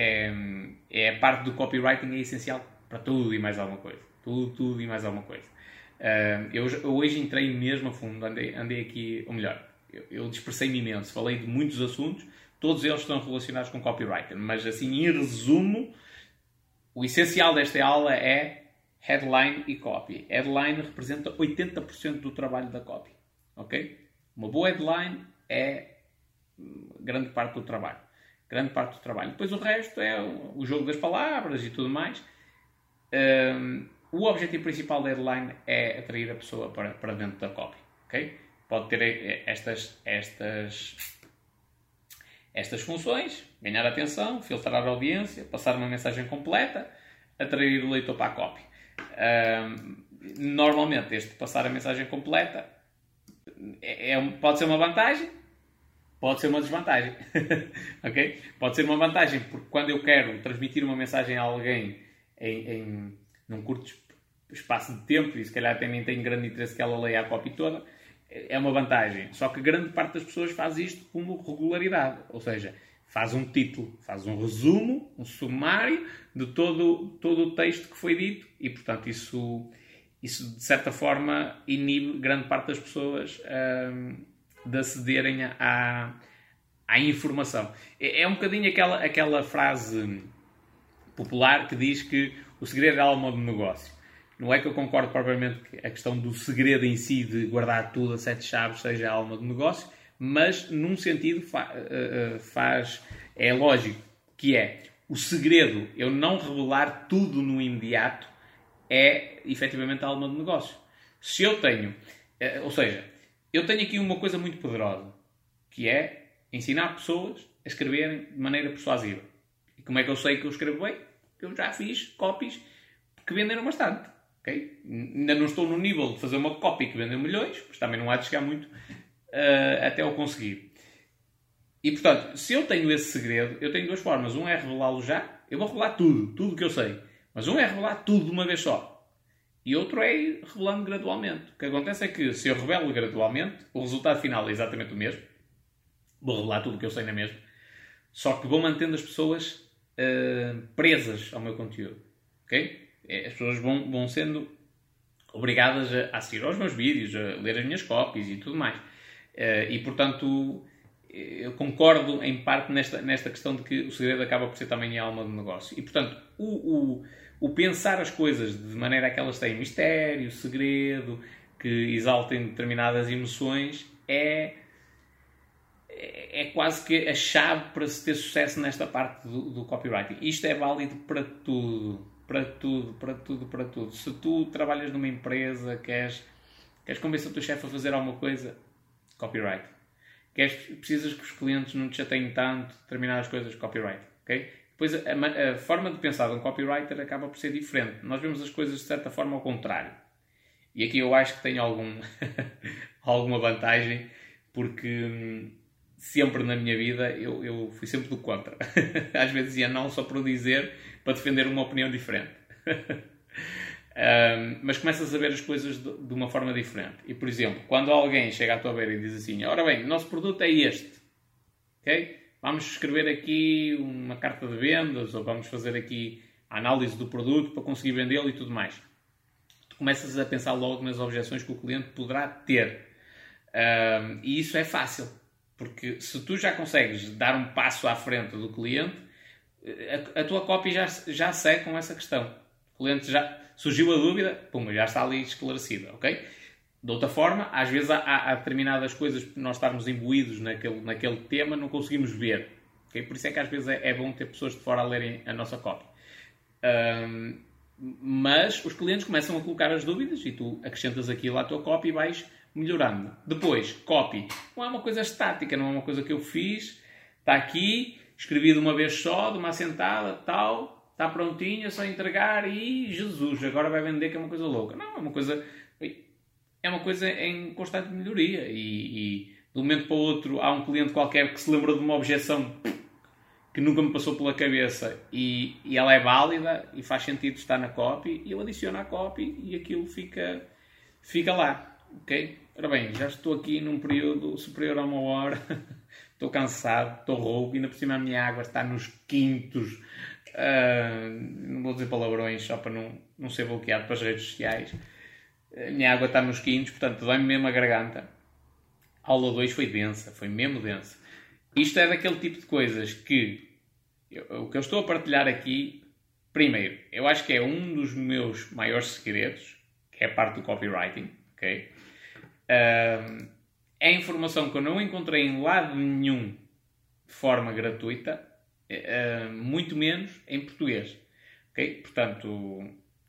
É a parte do copywriting é essencial para tudo e mais alguma coisa. Tudo e mais alguma coisa. Eu hoje entrei mesmo a fundo, andei aqui, ou melhor, eu dispersei-me imenso. Falei de muitos assuntos, todos eles estão relacionados com copywriting. Mas assim, em resumo, o essencial desta aula é headline e copy. Headline representa 80% do trabalho da copy. Ok? Uma boa headline é grande parte do trabalho. Grande parte do trabalho. Depois o resto é o jogo das palavras e tudo mais. O objetivo principal da headline é atrair a pessoa para dentro da copy. Okay? Pode ter estas funções: ganhar atenção, filtrar a audiência, passar uma mensagem completa, atrair o leitor para a copy. Normalmente, este passar a mensagem completa pode ser uma vantagem, pode ser uma desvantagem. Okay? Pode ser uma vantagem porque quando eu quero transmitir uma mensagem a alguém num curto espaço de tempo, e se calhar até nem tenho grande interesse que ela leia a copy toda, é uma vantagem. Só que grande parte das pessoas faz isto como regularidade. Ou seja, faz um título, faz um resumo, um sumário de todo o texto que foi dito e, portanto, isso de certa forma inibe grande parte das pessoas de acederem à informação. É um bocadinho aquela frase popular que diz que o segredo é a alma do negócio. Não é que eu concordo propriamente que a questão do segredo em si, de guardar tudo a 7 chaves, seja a alma do negócio, mas num sentido é lógico, que é o segredo, eu não revelar tudo no imediato, é efetivamente a alma do negócio. Se eu tenho, ou seja, eu tenho aqui uma coisa muito poderosa, que é ensinar pessoas a escreverem de maneira persuasiva. E como é que eu sei que eu escrevo bem? Eu já fiz copies que venderam bastante. Okay? Ainda não estou no nível de fazer uma copy que vendeu milhões, mas também não há de chegar muito até eu conseguir. E, portanto, se eu tenho esse segredo, eu tenho duas formas. Um é revelá-lo já. Eu vou revelar tudo que eu sei. Mas um é revelar tudo de uma vez só. E outro é ir revelando gradualmente. O que acontece é que, se eu revelo gradualmente, o resultado final é exatamente o mesmo. Vou revelar tudo o que eu sei na mesma. Só que vou mantendo as pessoas presas ao meu conteúdo. Ok? As pessoas vão sendo obrigadas a assistir aos meus vídeos, a ler as minhas copies e tudo mais. E, portanto, eu concordo em parte nesta questão de que o segredo acaba por ser também a alma do negócio. E, portanto, o pensar as coisas de maneira a que elas têm mistério, segredo, que exaltem determinadas emoções, é quase que a chave para se ter sucesso nesta parte do copywriting. Isto é válido para tudo. Para tudo. Se tu trabalhas numa empresa, queres convencer o teu chefe a fazer alguma coisa, copyright. Precisas que os clientes não te chateiem tanto, determinadas coisas, copyright. Okay? Depois, a forma de pensar de um copywriter acaba por ser diferente. Nós vemos as coisas de certa forma ao contrário. E aqui eu acho que tenho alguma vantagem, porque sempre na minha vida eu fui sempre do contra. Às vezes dizia não só por dizer, para defender uma opinião diferente. Mas começas a ver as coisas de uma forma diferente. E, por exemplo, quando alguém chega à tua beira e diz assim: ora bem, o nosso produto é este, ok? Vamos escrever aqui uma carta de vendas, ou vamos fazer aqui a análise do produto para conseguir vendê-lo e tudo mais. Tu começas a pensar logo nas objeções que o cliente poderá ter. E isso é fácil, porque se tu já consegues dar um passo à frente do cliente, a tua copy já segue com essa questão. O cliente já surgiu a dúvida, pum, já está ali esclarecida, ok? De outra forma, às vezes há determinadas coisas que nós estarmos imbuídos naquele tema, não conseguimos ver. Okay? Por isso é que às vezes é bom ter pessoas de fora a lerem a nossa copy. Mas os clientes começam a colocar as dúvidas e tu acrescentas aquilo à tua copy e vais melhorando. Depois, copy. Não é uma coisa estática, não é uma coisa que eu fiz, está aqui, escrevi de uma vez só, de uma assentada, tal, está prontinho, é só entregar e Jesus, agora vai vender, que é uma coisa louca. Não, é uma coisa em constante melhoria e de um momento para o outro há um cliente qualquer que se lembrou de uma objeção que nunca me passou pela cabeça e ela é válida e faz sentido estar na copy e eu adiciono à copy e aquilo fica lá, ok? Ora bem, já estou aqui num período superior a 1 hora, estou cansado, estou rouco, ainda por cima a minha água está nos quintos, não vou dizer palavrões só para não ser bloqueado para as redes sociais. A minha água está nos quintos, portanto dói-me mesmo a garganta. A aula 2 foi densa, foi mesmo densa. Isto é daquele tipo de coisas que o que eu estou a partilhar aqui, primeiro, eu acho que é um dos meus maiores segredos, que é a parte do copywriting, ok? É informação que eu não encontrei em lado nenhum de forma gratuita, muito menos em português, ok? Portanto,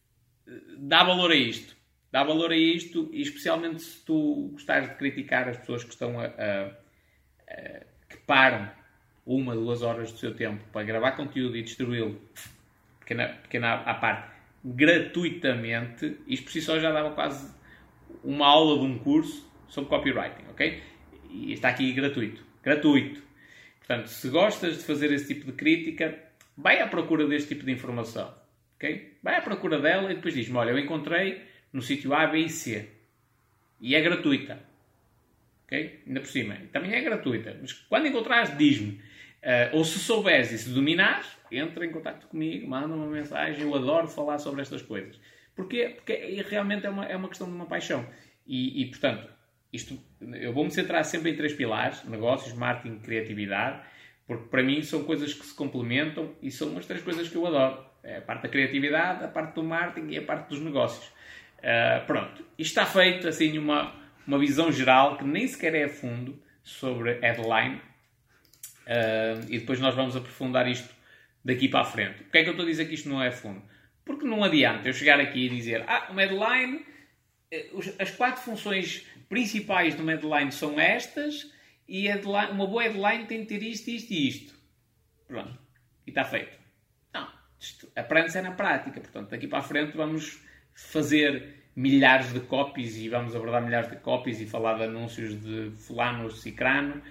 dá valor a isto. Dá valor a isto, e especialmente se tu gostares de criticar as pessoas que estão que param 1-2 horas do seu tempo para gravar conteúdo e distribuí-lo pequena à parte, gratuitamente. Isto por si só já dava quase uma aula de um curso sobre copywriting, ok? E está aqui gratuito. Gratuito. Portanto, se gostas de fazer esse tipo de crítica, vai à procura deste tipo de informação, ok? Vai à procura dela e depois diz-me, olha, eu encontrei no sítio A, B e C. E é gratuita. Ok? Ainda por cima. Também é gratuita. Mas quando encontrares, diz-me. Ou se souberes e se dominares, entra em contato comigo, manda uma mensagem. Eu adoro falar sobre estas coisas. Porquê? Porque realmente é uma questão de uma paixão. E portanto, eu vou-me centrar sempre em 3 pilares. Negócios, marketing e criatividade. Porque para mim são coisas que se complementam e são as 3 coisas que eu adoro. É a parte da criatividade, a parte do marketing e a parte dos negócios. Pronto. Isto está feito assim uma visão geral que nem sequer é a fundo sobre headline. E depois nós vamos aprofundar isto daqui para a frente. Porquê é que eu estou a dizer que isto não é a fundo? Porque não adianta eu chegar aqui e dizer uma headline, as 4 funções principais de uma headline são estas e uma boa headline tem de ter isto, isto e isto. Pronto. E está feito. Não. Isto aprende-se é na prática. Portanto, daqui para a frente vamos fazer milhares de copies e vamos abordar milhares de copies e falar de anúncios de fulano, cicrano,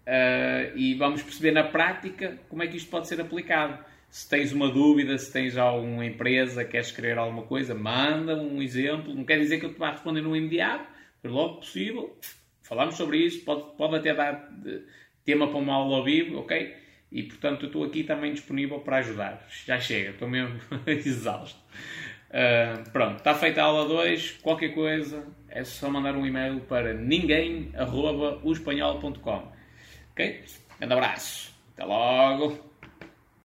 e vamos perceber na prática como é que isto pode ser aplicado. Se tens uma dúvida, se tens alguma empresa, queres escrever alguma coisa, manda um exemplo. Não quer dizer que eu te vá responder no imediato, mas logo possível. Falamos sobre isso, pode até dar tema para uma aula ao vivo, ok? E portanto eu estou aqui também disponível para ajudar. Já chega, estou mesmo exausto. Pronto, está feita a aula 2. Qualquer coisa é só mandar um e-mail para ninguém@oespanhol.com. Ok? Um grande abraço. Até logo.